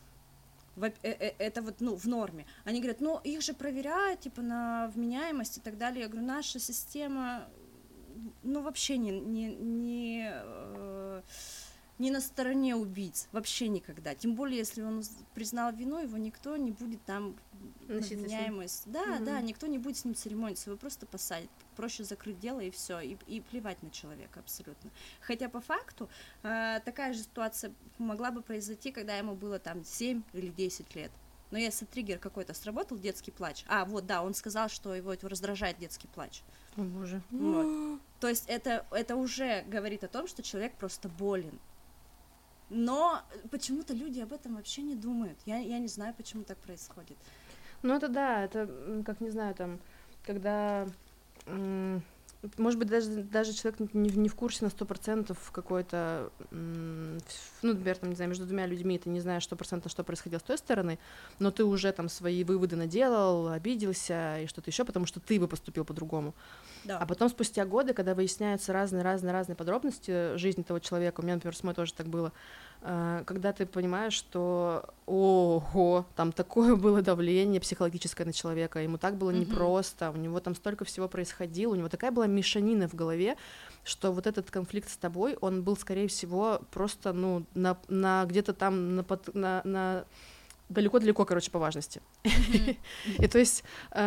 [SPEAKER 2] Это вот, ну, в норме. Они говорят, ну, их же проверяют, типа, на вменяемость и так далее. Я говорю, наша система, ну, вообще не на стороне убийц, вообще никогда. Тем более, если он признал вину, его никто не будет там вменяемость. Да, никто не будет с ним церемониться, его просто посадят. Проще закрыть дело и все, и плевать на человека абсолютно. Хотя по факту такая же ситуация могла бы произойти, когда ему было там 7 или 10 лет. Но если триггер какой-то сработал, детский плач. Вот, да, он сказал, что его раздражает детский плач.
[SPEAKER 1] О, Боже.
[SPEAKER 2] Вот. То есть это уже говорит о том, что человек просто болен. Но почему-то люди об этом вообще не думают. Я не знаю, почему так происходит.
[SPEAKER 1] Ну, это да, это, как, не знаю, там, когда, может быть, даже человек не в курсе на 100% какой-то, ну, например, там, не знаю, между двумя людьми ты не знаешь 100%, что происходило с той стороны, но ты уже там свои выводы наделал, обиделся и что-то еще, потому что ты бы поступил по-другому. Да. А потом спустя годы, когда выясняются разные подробности жизни того человека, у меня, например, с мной тоже так было, когда ты понимаешь, что ого, там такое было давление психологическое на человека, ему так было непросто, у него там столько всего происходило, у него такая была мешанина в голове, что вот этот конфликт с тобой, он был, скорее всего, просто, ну, на где-то там на далеко-далеко, короче, по важности. И то есть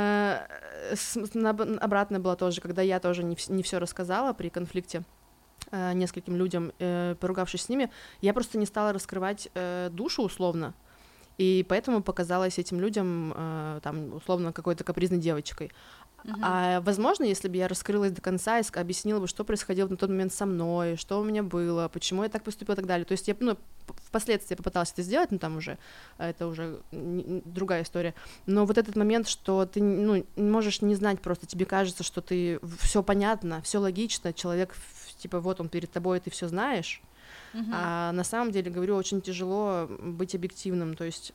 [SPEAKER 1] обратно было тоже, когда я тоже не все рассказала при конфликте нескольким людям, поругавшись с ними, я просто не стала раскрывать душу условно, и поэтому показалась этим людям там условно какой-то капризной девочкой. А возможно, если бы я раскрылась до конца и объяснила бы, что происходило на тот момент со мной, что у меня было, почему я так поступила и так далее. То есть я, впоследствии попыталась это сделать, но там уже это уже другая история. Но вот этот момент, что ты не можешь не знать просто, тебе кажется, что ты все понятно, все логично, человек типа вот он перед тобой, и ты все знаешь. А на самом деле, говорю, очень тяжело быть объективным, то есть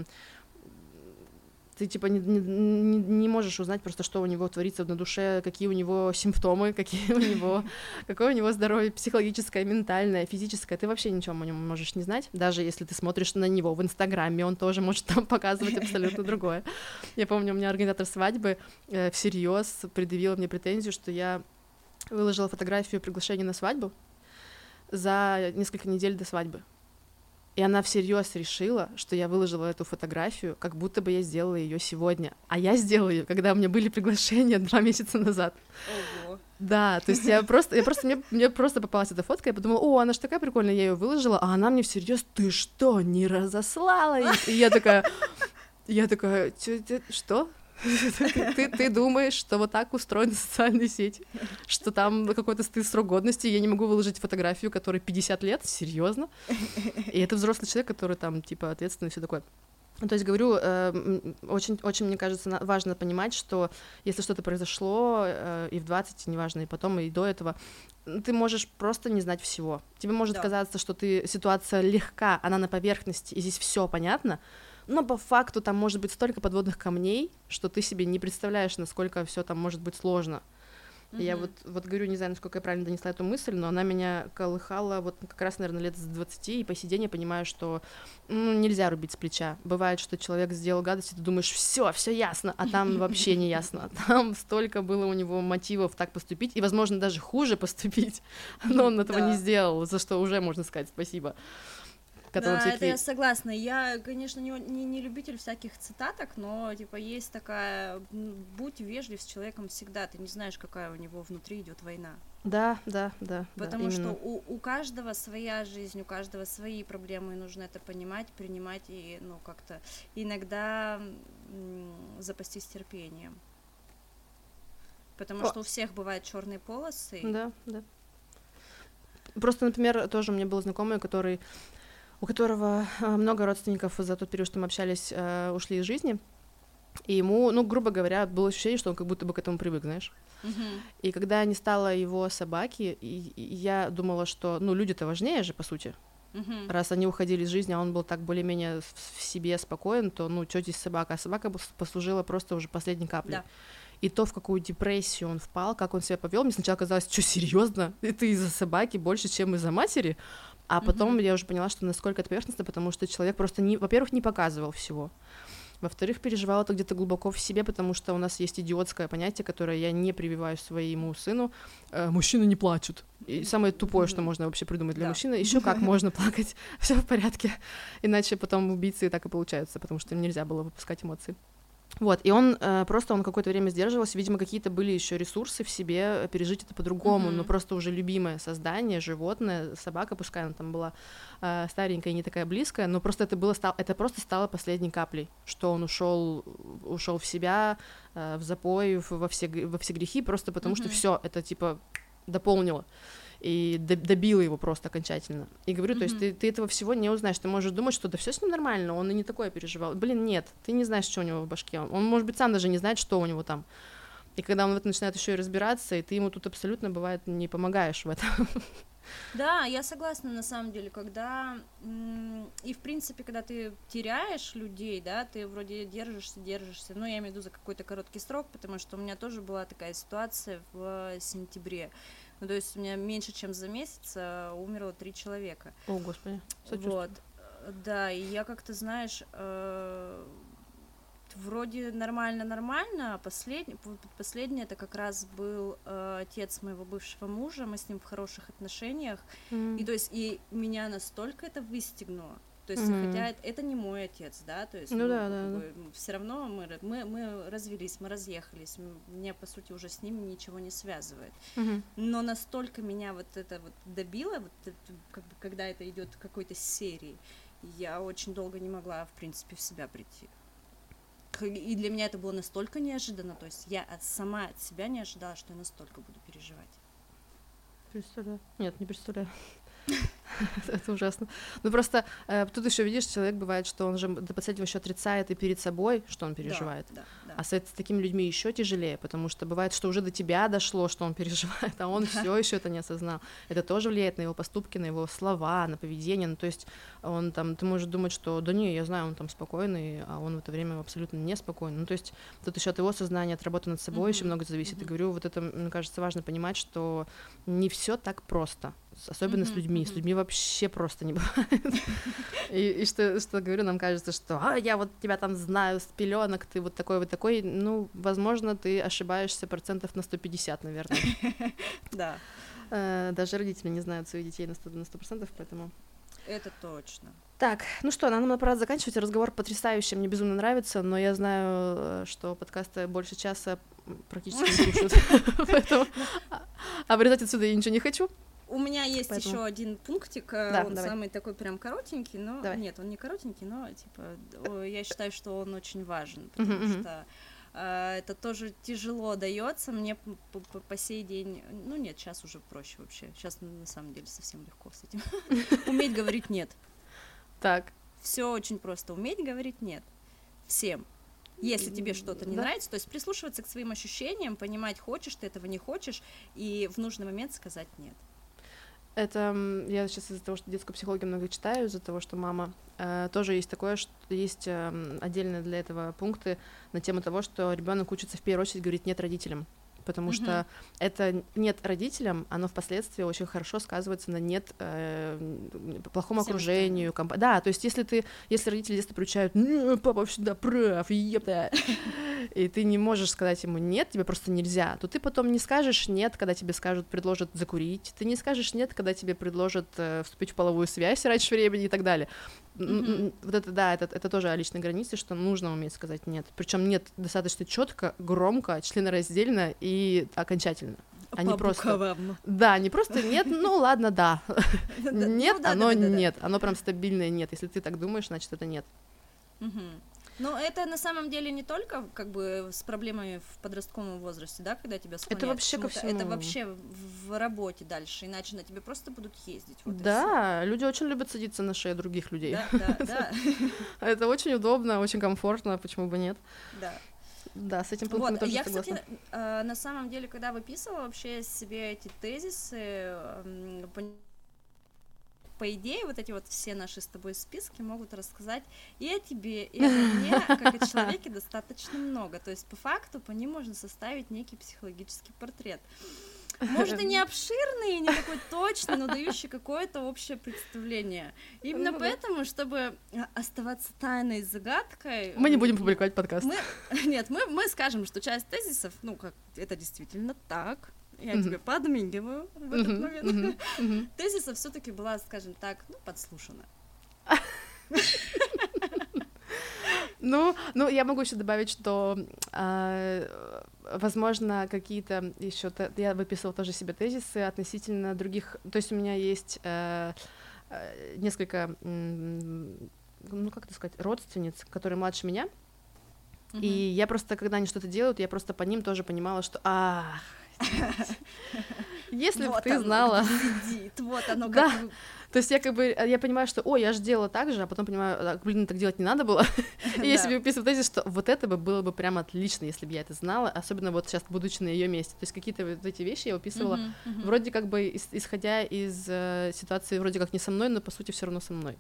[SPEAKER 1] ты типа не можешь узнать просто, что у него творится на душе, какие у него симптомы, какое у него здоровье психологическое, ментальное, физическое. Ты вообще ничего о нем можешь не знать, даже если ты смотришь на него в Инстаграме, он тоже может там показывать абсолютно другое. Я помню, у меня организатор свадьбы всерьез предъявил мне претензию, что я выложила фотографию приглашения на свадьбу за несколько недель до свадьбы. И она всерьез решила, что я выложила эту фотографию, как будто бы я сделала ее сегодня. А я сделала ее, когда у меня были приглашения 2 месяца назад.
[SPEAKER 2] Ого.
[SPEAKER 1] Да, то есть мне просто попалась эта фотка, я подумала, о, она ж такая прикольная, я ее выложила, а она мне всерьез, ты что, не разослала их? И я такая, что? Ты думаешь, что вот так устроены социальные сети, что там какой-то срок годности, я не могу выложить фотографию, которой 50 лет, серьезно? И это взрослый человек, который там, типа, ответственный и все такое. То есть, говорю, очень, мне кажется, важно понимать, что если что-то произошло и в 20, неважно, и потом, и до этого, ты можешь просто не знать всего. Тебе может казаться, что ситуация легка, она на поверхности, и здесь все понятно, но по факту там может быть столько подводных камней, что ты себе не представляешь, насколько все там может быть сложно. И я вот говорю, не знаю, насколько я правильно донесла эту мысль, но она меня колыхала вот как раз, наверное, лет с 20, и по сей день я понимаю, что нельзя рубить с плеча. Бывает, что человек сделал гадость, и ты думаешь, все ясно, а там вообще не ясно. Там столько было у него мотивов так поступить, и, возможно, даже хуже поступить, но он этого не сделал, за что уже можно сказать спасибо.
[SPEAKER 2] Да, это я согласна. Я, конечно, не любитель всяких цитаток, но, типа, есть такая, будь вежлив с человеком всегда, ты не знаешь, какая у него внутри идет война.
[SPEAKER 1] Да.
[SPEAKER 2] Потому что у каждого своя жизнь, у каждого свои проблемы, и нужно это понимать, принимать и, ну, как-то иногда запастись терпением. Потому что у всех бывают черные полосы.
[SPEAKER 1] Да. Просто, например, тоже у меня был знакомый, у которого много родственников за тот период, что мы общались, ушли из жизни, и ему, ну, грубо говоря, было ощущение, что он как будто бы к этому привык, знаешь. И когда не стало его собаки, и я думала, что, ну, люди-то важнее же, по сути. Раз они уходили из жизни, а он был так более-менее в себе спокоен, то, ну, что здесь собака? А собака послужила просто уже последней каплей.
[SPEAKER 2] Да.
[SPEAKER 1] И то, в какую депрессию он впал, как он себя повел, мне сначала казалось, что серьезно, это из-за собаки больше, чем из-за матери. А потом я уже поняла, что насколько это поверхностно, потому что человек просто, во-первых, не показывал всего. Во-вторых, переживал это где-то глубоко в себе, потому что у нас есть идиотское понятие, которое я не прививаю своему сыну. Мужчины не плачут. И самое тупое, что можно вообще придумать для мужчины, еще как можно плакать, все в порядке. Иначе потом убийцы так и получаются, потому что им нельзя было выпускать эмоции. Вот, и он какое-то время сдерживался, видимо, какие-то были еще ресурсы в себе пережить это по-другому, но просто уже любимое создание, животное, собака, пускай она там была старенькая и не такая близкая, но просто это просто стало последней каплей, что он ушел в себя, в запой, во все грехи, просто потому что все это типа дополнило. И добила его просто окончательно. И говорю, то есть ты этого всего не узнаешь. Ты можешь думать, что да все с ним нормально, он и не такое переживал. Блин, нет, ты не знаешь, что у него в башке. Он, может быть, сам даже не знает, что у него там. И когда он в этом начинает еще и разбираться, и ты ему тут абсолютно, бывает, не помогаешь в этом.
[SPEAKER 2] Да, я согласна, на самом деле, когда, и в принципе, когда ты теряешь людей, да, ты вроде держишься, ну, я имею в виду за какой-то короткий срок, потому что у меня тоже была такая ситуация в сентябре, ну, то есть у меня меньше, чем за месяц умерло 3 человека.
[SPEAKER 1] О, Господи,
[SPEAKER 2] вот, да, и я как-то, знаешь, вроде нормально, а последний это как раз был отец моего бывшего мужа, мы с ним в хороших отношениях, и то есть и меня настолько это выстегнуло, то есть хотя это не мой отец, да, то есть все равно мы развелись, мы разъехались, меня по сути уже с ними ничего не связывает, но настолько меня вот это вот добило, вот это, как бы, когда это идет какой-то серии, я очень долго не могла в принципе в себя прийти. И для меня это было настолько неожиданно, то есть я сама от себя не ожидала, что я настолько буду переживать.
[SPEAKER 1] Представляю. Нет, не представляю. Это ужасно. Ну просто тут еще видишь, человек бывает, что он же до последнего еще отрицает и перед собой, что он переживает.
[SPEAKER 2] Да.
[SPEAKER 1] А с такими людьми еще тяжелее, потому что бывает, что уже до тебя дошло, что он переживает, а он все еще это не осознал. Это тоже влияет на его поступки, на его слова, на поведение. Ну, то есть он там, ты можешь думать, что да не, я знаю, он там спокойный, а он в это время абсолютно неспокойный. Ну, то есть тут еще от его сознания, от работы над собой еще много зависит. И говорю, вот это, мне кажется, важно понимать, что не все так просто. Особенно с людьми. С людьми вообще просто не бывает. И что говорю, нам кажется, что я вот тебя там знаю с пеленок, ты вот такой. Ну, возможно, ты ошибаешься 150%, наверное.
[SPEAKER 2] Да.
[SPEAKER 1] Даже родители не знают своих детей на 100%, поэтому...
[SPEAKER 2] Это точно.
[SPEAKER 1] Так, ну что, нам пора заканчивать. Разговор потрясающий, мне безумно нравится, но я знаю, что подкасты больше часа практически не слушают, поэтому обрезать отсюда я ничего не хочу.
[SPEAKER 2] У меня есть еще один пунктик, он
[SPEAKER 1] давай.
[SPEAKER 2] Самый такой прям коротенький, но
[SPEAKER 1] Давай.
[SPEAKER 2] нет, он не коротенький, но типа я считаю, что он очень важен, потому что это тоже тяжело дается мне по сей день. Ну нет, сейчас уже проще вообще. Сейчас на самом деле совсем легко с этим. Уметь говорить нет.
[SPEAKER 1] Так.
[SPEAKER 2] Все очень просто. Уметь говорить нет. Всем. Если тебе что-то не нравится, то есть прислушиваться к своим ощущениям, понимать, хочешь ты этого, не хочешь, и в нужный момент сказать нет.
[SPEAKER 1] Это я сейчас из-за того, что детскую психологию много читаю, из-за того, что мама, тоже есть такое, что есть отдельные для этого пункты на тему того, что ребенок учится в первую очередь говорить нет родителям. Потому что это нет родителям, оно впоследствии очень хорошо сказывается на нет плохому окружению. Да, то есть если родители детства приучают, папа всегда прав, епта, и ты не можешь сказать ему нет, тебе просто нельзя, то ты потом не скажешь нет, когда тебе предложат закурить, ты не скажешь нет, когда тебе предложат вступить в половую связь раньше времени и так далее. Вот это, да, это тоже о личной границе, что нужно уметь сказать нет. Причем нет достаточно четко, громко, членораздельно и окончательно. А не просто. Да, не просто нет, ну ладно, да. Нет, оно нет. Оно прям стабильное нет. Если ты так думаешь, значит, это нет.
[SPEAKER 2] Но это на самом деле не только как бы с проблемами в подростковом возрасте, да, когда тебя склоняют.
[SPEAKER 1] Это вообще ко всему.
[SPEAKER 2] Это вообще в работе дальше, иначе на тебе просто будут ездить. Вот
[SPEAKER 1] да, люди очень любят садиться на шею других людей.
[SPEAKER 2] Да.
[SPEAKER 1] Это очень удобно, очень комфортно, почему бы нет.
[SPEAKER 2] Да.
[SPEAKER 1] Да, с этим пунктом тоже
[SPEAKER 2] я,
[SPEAKER 1] согласна.
[SPEAKER 2] Кстати, на самом деле, когда выписывала вообще себе эти тезисы, по идее, вот эти вот все наши с тобой списки могут рассказать и о тебе, и о мне, как о человеке, достаточно много. То есть, по факту, по ним можно составить некий психологический портрет. Может, и не обширный, и не такой точный, но дающий какое-то общее представление. Именно поэтому, чтобы оставаться тайной загадкой...
[SPEAKER 1] Мы не будем публиковать подкаст.
[SPEAKER 2] Нет, мы скажем, что часть тезисов, ну, как это действительно так, я тебе подмигиваю в этот момент. Тезисов все-таки была, скажем так, подслушана.
[SPEAKER 1] Ну, я могу еще добавить, что, возможно, какие-то еще... Я выписывала тоже себе тезисы относительно других... То есть у меня есть несколько, ну, как это сказать, родственниц, которые младше меня, и я просто, когда они что-то делают, я просто по ним тоже понимала, что... Если бы ты знала...
[SPEAKER 2] Вот оно
[SPEAKER 1] как... Да. То есть я понимаю, что, я же делала так же, а потом понимаю, так делать не надо было. И я себе выписываю тезис, что вот это было бы прям отлично, если бы я это знала, особенно вот сейчас, будучи на ее месте. То есть какие-то вот эти вещи я выписывала вроде как бы исходя из ситуации вроде как не со мной, но по сути все равно со мной.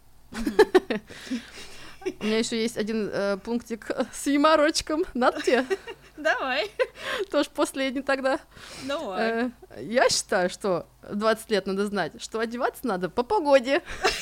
[SPEAKER 1] У меня еще есть один пунктик с юморочком. Надо тебе?
[SPEAKER 2] Давай.
[SPEAKER 1] Тоже последний тогда.
[SPEAKER 2] Давай.
[SPEAKER 1] Я считаю, что 20 лет надо знать, что одеваться надо по погоде.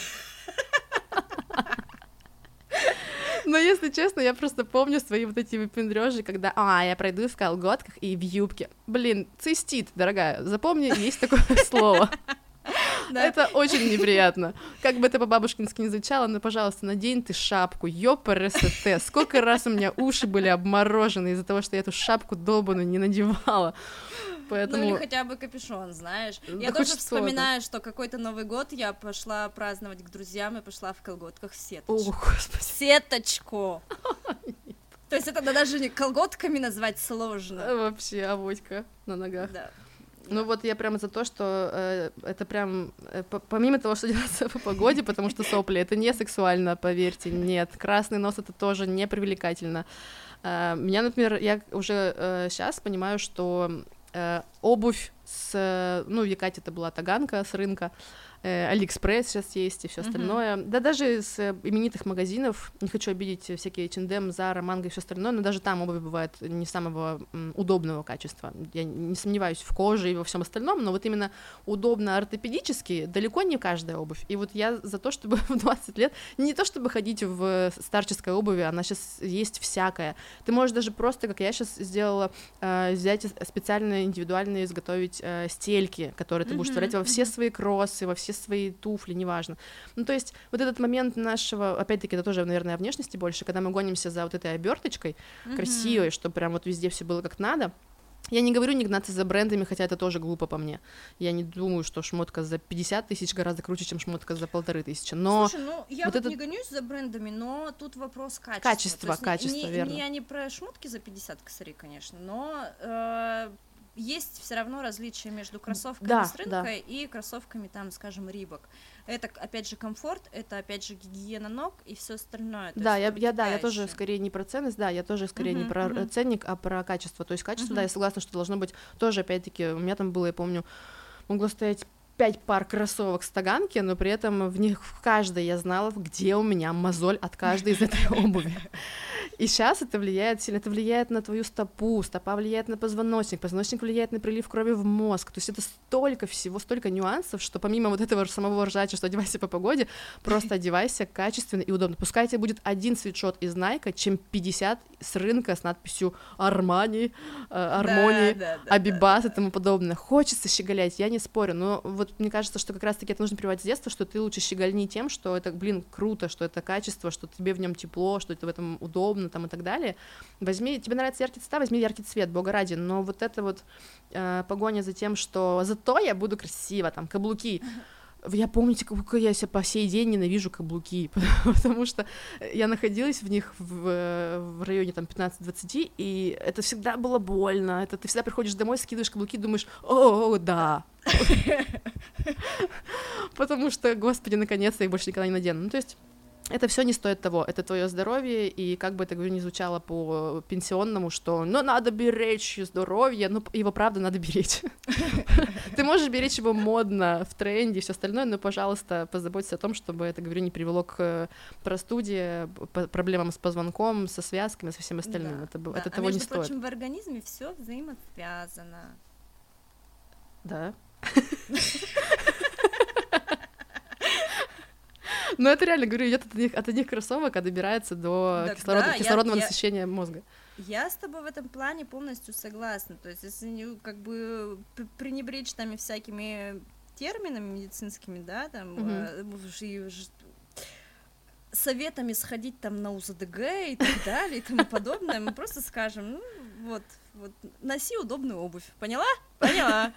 [SPEAKER 1] Но, если честно, я просто помню свои вот эти выпендрёжи, когда, я пройду в колготках и в юбке. Блин, цистит, дорогая, запомни, есть такое слово. Да. Это очень неприятно. Как бы это по-бабушкински не звучало, но, пожалуйста, надень ты шапку, ёпрст. Сколько раз у меня уши были обморожены из-за того, что я эту шапку долбаную не надевала. Поэтому...
[SPEAKER 2] Ну или хотя бы капюшон, знаешь. Я тоже вспоминаю, что какой-то Новый год я пошла праздновать к друзьям и пошла в колготках в сеточку.
[SPEAKER 1] О, Господи.
[SPEAKER 2] Сеточку! То есть это даже не колготками назвать сложно.
[SPEAKER 1] Вообще, авоська на ногах.
[SPEAKER 2] Да.
[SPEAKER 1] Ну вот я прямо за то, что это прям, помимо того, что делается по погоде, потому что сопли, это не сексуально, поверьте, нет. Красный нос — это тоже не привлекательно. Меня, например, я уже сейчас понимаю, что обувь в Якате это была таганка с рынка, Алиэкспресс сейчас есть и все остальное. Да даже из именитых магазинов, не хочу обидеть всякие H&M, Zara, Mango и все остальное, но даже там обувь бывает не самого удобного качества. Я не сомневаюсь в коже и во всем остальном, но вот именно удобно ортопедически далеко не каждая обувь. И вот я за то, чтобы в 20 лет не то чтобы ходить в старческой обуви, она сейчас есть всякая. Ты можешь даже просто, как я сейчас сделала, взять специально индивидуально изготовить стельки, которые ты будешь вставлять во все свои кроссы, во все все свои туфли, неважно. Ну, то есть вот этот момент нашего, опять-таки, это тоже, наверное, о внешности больше, когда мы гонимся за вот этой оберточкой красивой, чтобы прям вот везде все было как надо. Я не говорю не гнаться за брендами, хотя это тоже глупо по мне. Я не думаю, что шмотка за 50 тысяч гораздо круче, чем шмотка за 1500. Но
[SPEAKER 2] слушай, ну я
[SPEAKER 1] вот
[SPEAKER 2] вот не гонюсь за брендами, но тут вопрос
[SPEAKER 1] качества. Качество, верно.
[SPEAKER 2] Я не про шмотки за 50 косарей, конечно, но есть все равно различия между кроссовками с рынка и кроссовками, там, скажем, Рибок. Это, опять же, комфорт, это, опять же, гигиена ног и все остальное.
[SPEAKER 1] Да, я тоже скорее не про ценность, да, я тоже скорее не про ценник, а про качество. То есть качество, да, я согласна, что должно быть тоже, опять-таки, у меня там было, я помню, могло стоять 5 пар кроссовок с Таганки, но при этом в них в каждой я знала, где у меня мозоль от каждой из этой обуви. И сейчас это влияет сильно, это влияет на твою стопу, стопа влияет на позвоночник, позвоночник влияет на прилив крови в мозг, то есть это столько всего, столько нюансов, что помимо вот этого самого ржача, что одевайся по погоде, просто одевайся качественно и удобно. Пускай тебе будет один свитшот из Найка, чем 50 с рынка с надписью Армани, Армони, Абибас и тому подобное. Хочется щеголять, я не спорю, но вот мне кажется, что как раз-таки это нужно прививать с детства, что ты лучше щегольни тем, что это, круто, что это качество, что тебе в нем тепло, что это в этом удобно, там и так далее. Тебе нравится яркий цвет, возьми яркий цвет, бога ради, но вот это вот погоня за тем, что зато я буду красиво, там, каблуки. Я помните, как я себя по сей день ненавижу каблуки, потому что я находилась в них в районе там 15-20, и это всегда было больно, это ты всегда приходишь домой, скидываешь каблуки, думаешь, о, да, потому что, господи, наконец-то я их больше никогда не надену. Ну, то есть это все не стоит того, это твое здоровье, и как бы это, говорю, не звучало по пенсионному, что, ну, надо беречь здоровье, ну, его, правда, надо беречь. Ты можешь беречь его модно, в тренде и все остальное, но, пожалуйста, позаботься о том, чтобы это, говорю, не привело к простуде, проблемам с позвонком, со связками, со всем остальным. Это того не стоит.
[SPEAKER 2] Между прочим, в организме все взаимосвязано.
[SPEAKER 1] Да. Но это реально, говорю, идет от одних кроссовок, а добирается до кислородного насыщения мозга.
[SPEAKER 2] Я с тобой в этом плане полностью согласна. То есть, если как бы пренебречь там всякими терминами медицинскими, да, там, советами сходить там на УЗДГ и так далее и тому подобное, мы просто скажем, ну, вот, носи удобную обувь. Поняла? Поняла.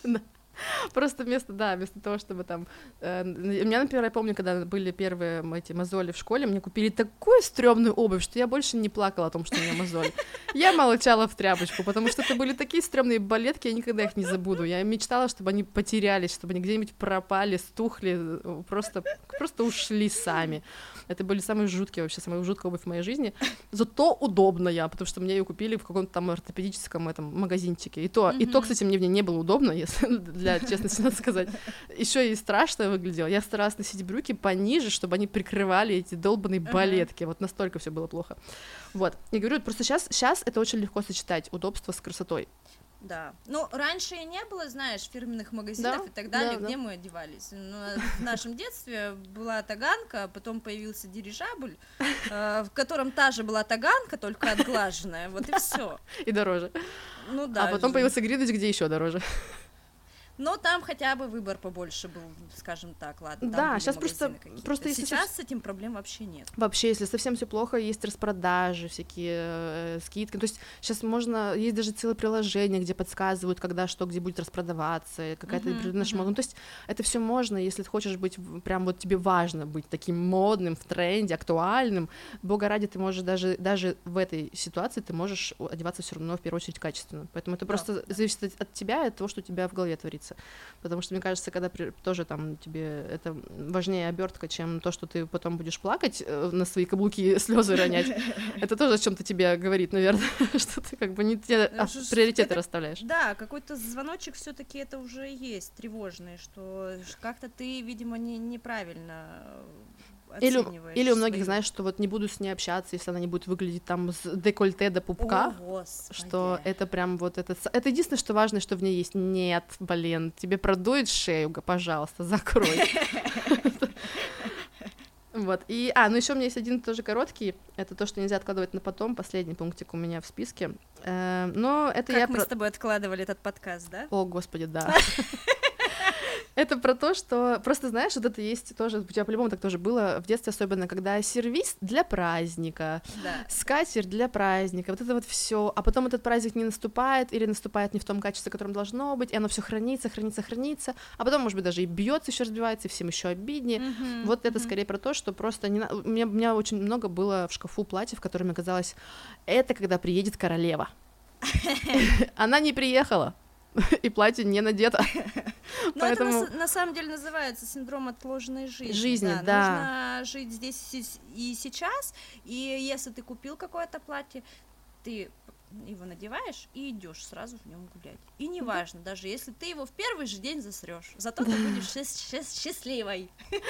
[SPEAKER 1] Просто вместо того, чтобы там... У меня, например, я помню, когда были первые эти мозоли в школе, мне купили такую стрёмную обувь, что я больше не плакала о том, что у меня мозоль. Я молчала в тряпочку, потому что это были такие стрёмные балетки, я никогда их не забуду. Я мечтала, чтобы они потерялись, чтобы они где-нибудь пропали, стухли, просто ушли сами. Это были самые жуткие, вообще, самая жуткая обувь в моей жизни. Зато удобная, потому что мне ее купили в каком-то там ортопедическом этом магазинчике. И то, кстати, мне в ней не было удобно, если для честности надо сказать. Еще и страшно выглядело. Я старалась носить брюки пониже, чтобы они прикрывали эти долбаные балетки. Вот настолько все было плохо. Вот. Я говорю, просто сейчас это очень легко сочетать удобство с красотой.
[SPEAKER 2] Да. Ну, раньше и не было, знаешь, фирменных магазинов и так далее, где мы одевались. В нашем детстве была таганка, потом появился дирижабль, в котором та же была таганка, только отглаженная, вот и все.
[SPEAKER 1] И дороже.
[SPEAKER 2] Ну да.
[SPEAKER 1] А потом появился Гридыч, где еще дороже.
[SPEAKER 2] Но там хотя бы выбор побольше был, скажем так, ладно.
[SPEAKER 1] Да, сейчас просто если
[SPEAKER 2] сейчас с этим проблем вообще нет.
[SPEAKER 1] Вообще, если совсем все плохо, есть распродажи, всякие скидки. То есть сейчас есть даже целое приложение, где подсказывают, когда что, где будет распродаваться, какая-то определенная шмотка. Ну, то есть это все можно, если ты хочешь быть прям вот тебе важно быть таким модным, в тренде, актуальным. Бога ради, ты можешь даже в этой ситуации ты можешь одеваться все равно в первую очередь качественно. Поэтому это просто зависит от тебя и от того, что у тебя в голове творится. Потому что, мне кажется, когда тоже там тебе это важнее обертка, чем то, что ты потом будешь плакать на свои каблуки, слезы ронять, это тоже о чем-то тебе говорит, наверное, что ты как бы не те приоритеты расставляешь.
[SPEAKER 2] Да, какой-то звоночек все-таки это уже есть тревожный, что как-то ты, видимо, неправильно оцениваешь.
[SPEAKER 1] Или у многих, знаешь, что вот не буду с ней общаться, если она не будет выглядеть там с декольте до пупка, что это прям вот это единственное, что важно, что в ней есть. Нет, блин, тебе продует шею, пожалуйста, закрой. Вот, ну еще у меня есть один тоже короткий, это то, что нельзя откладывать на потом, последний пунктик у меня в списке, но это
[SPEAKER 2] как мы с тобой откладывали этот подкаст, да?
[SPEAKER 1] О, господи, да. Это про то, что просто, знаешь, вот это есть тоже, у тебя по-любому так тоже было в детстве, особенно когда сервиз для праздника,
[SPEAKER 2] Да.
[SPEAKER 1] скатерть для праздника, вот это вот все, а потом этот праздник не наступает или наступает не в том качестве, в котором должно быть, и оно все хранится, а потом, может быть, даже и бьется, еще разбивается, и всем еще обиднее. Вот это скорее про то, что просто у меня очень много было в шкафу платьев, которыми казалось, это когда приедет королева. Она не приехала. И платье не надето.
[SPEAKER 2] Но
[SPEAKER 1] Поэтому...
[SPEAKER 2] это на самом деле называется синдром отложенной жизни.
[SPEAKER 1] Жизни, да.
[SPEAKER 2] Нужно жить здесь и сейчас, и если ты купил какое-то платье, ты его надеваешь и идешь сразу в нем гулять. И неважно, даже если ты его в первый же день засрешь, зато ты будешь счастливой.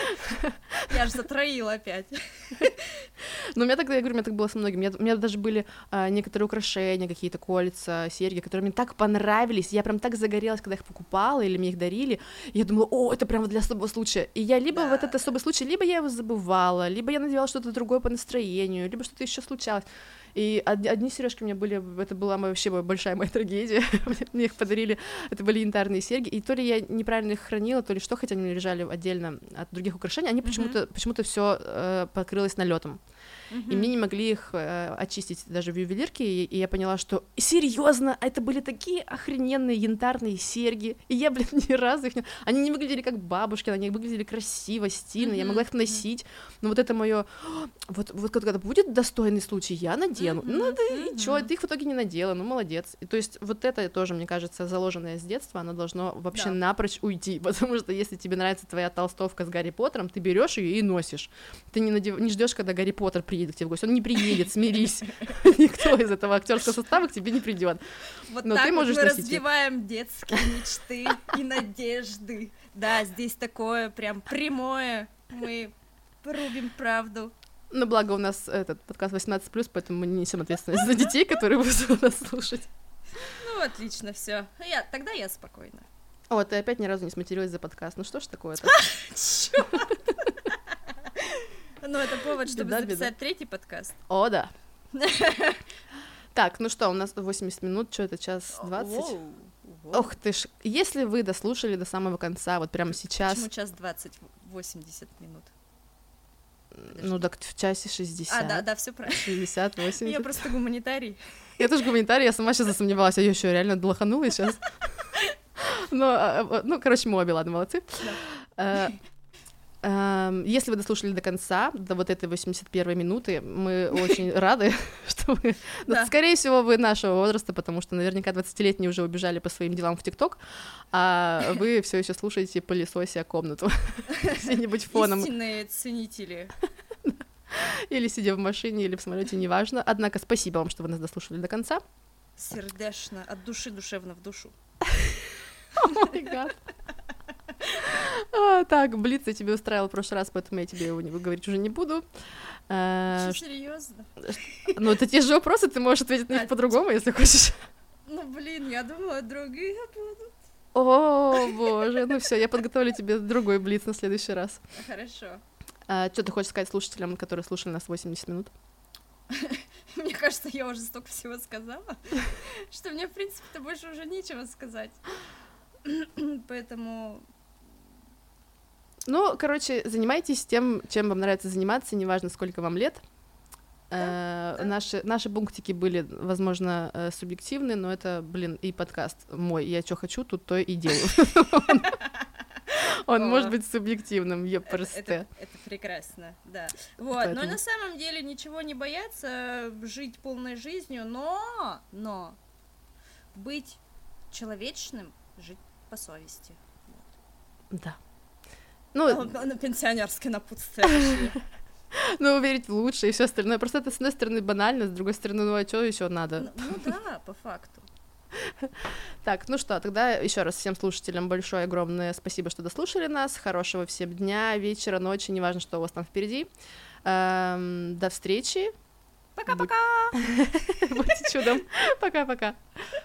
[SPEAKER 2] Я же затроила опять.
[SPEAKER 1] Ну, у меня тогда, я говорю, у меня так было со многими. У меня даже были некоторые украшения, какие-то кольца, серьги, которые мне так понравились. Я прям так загорелась, когда их покупала или мне их дарили. И я думала, о, это прям для особого случая. И я либо в этот особый случай, либо я его забывала, либо я надевала что-то другое по настроению, либо что-то еще случалось. И одни сережки у меня были, это была вообще большая моя трагедия. Мне их подарили, это были янтарные серьги, и то ли я неправильно их хранила, то ли что, хотя они у меня лежали отдельно от других украшений, они почему-то все покрылось налетом. И мне не могли их очистить даже в ювелирке, и я поняла, что серьезно, это были такие охрененные янтарные серьги, и я, блин, ни разу их не... Они не выглядели как бабушки, они выглядели красиво, стильно, я могла их носить, но вот это мое, вот когда будет достойный случай, я надену, ну да и чё, ты их в итоге не надела, ну молодец. И то есть вот это тоже, мне кажется, заложенное с детства, оно должно вообще напрочь уйти, потому что если тебе нравится твоя толстовка с Гарри Поттером, ты берешь ее и носишь, ты не ждешь, когда Гарри Поттер приедет к тебе в гости, он не приедет, смирись, никто из этого актерского состава к тебе не придет.
[SPEAKER 2] Вот
[SPEAKER 1] но
[SPEAKER 2] так
[SPEAKER 1] ты можешь
[SPEAKER 2] мы
[SPEAKER 1] носить
[SPEAKER 2] разбиваем детские мечты и надежды. Да, здесь такое прям прямое, мы рубим правду.
[SPEAKER 1] Но благо у нас этот подкаст 18+, поэтому мы не несем ответственность за детей, которые будут нас слушать.
[SPEAKER 2] Ну, отлично, все. Тогда я спокойна.
[SPEAKER 1] О, ты опять ни разу не сматерилась за подкаст. Ну что ж такое-то?
[SPEAKER 2] Чёрт! Ну, это повод, чтобы записать третий подкаст.
[SPEAKER 1] О, да. Так, ну что, у нас 80 минут, что это, час 20? Ох ты ж, если вы дослушали до самого конца, вот прямо сейчас...
[SPEAKER 2] Почему час 20, 80 минут? Подожди.
[SPEAKER 1] Ну, так в часе 60.
[SPEAKER 2] Да, все правильно.
[SPEAKER 1] 60, 80.
[SPEAKER 2] Я просто гуманитарий.
[SPEAKER 1] Я тоже гуманитарий, я сама сейчас засомневалась, а я еще реально долоханула сейчас. Ну, короче, мы обе, ладно, молодцы. Если вы дослушали до конца, до вот этой 81-й минуты, мы очень рады, что вы...
[SPEAKER 2] Да.
[SPEAKER 1] Скорее всего, вы нашего возраста, потому что наверняка 20-летние уже убежали по своим делам в ТикТок, а вы все еще слушаете пылесося комнату где-нибудь фоном.
[SPEAKER 2] Истинные ценители.
[SPEAKER 1] Или сидя в машине, или в самолете, неважно. Однако спасибо вам, что вы нас дослушали до конца.
[SPEAKER 2] Сердечно, от души душевно в душу.
[SPEAKER 1] О май гад. Так, блиц я тебе устраивала в прошлый раз, поэтому я тебе его говорить уже не буду.
[SPEAKER 2] Что, серьезно?
[SPEAKER 1] Ну, это те же вопросы, ты можешь ответить на них по-другому, если хочешь.
[SPEAKER 2] Ну, блин, я думала, другие будут.
[SPEAKER 1] О, боже, ну все, я подготовлю тебе другой блиц на следующий раз.
[SPEAKER 2] Хорошо.
[SPEAKER 1] Что ты хочешь сказать слушателям, которые слушали нас 80 минут?
[SPEAKER 2] Мне кажется, я уже столько всего сказала, что мне, в принципе-то, больше уже нечего сказать. Поэтому...
[SPEAKER 1] Ну, короче, занимайтесь тем, чем вам нравится заниматься, неважно, сколько вам лет.
[SPEAKER 2] Да.
[SPEAKER 1] Наши пунктики были, возможно, субъективны, но это, блин, и подкаст мой. Я что хочу, тут то и делаю. Он может быть субъективным,
[SPEAKER 2] это прекрасно, да. Вот, но на самом деле ничего не бояться, жить полной жизнью, но быть человечным, жить по совести.
[SPEAKER 1] Да. Ну,
[SPEAKER 2] пенсионерское напутствие.
[SPEAKER 1] Ну, верить в лучшее и все остальное. Просто это, с одной стороны, банально, с другой стороны, ну, а что еще надо?
[SPEAKER 2] Ну да, по факту.
[SPEAKER 1] Так, ну что, тогда еще раз всем слушателям большое, огромное спасибо, что дослушали нас. Хорошего всем дня, вечера, ночи, неважно, что у вас там впереди. До встречи.
[SPEAKER 2] Пока-пока.
[SPEAKER 1] Будьте чудом. Пока-пока.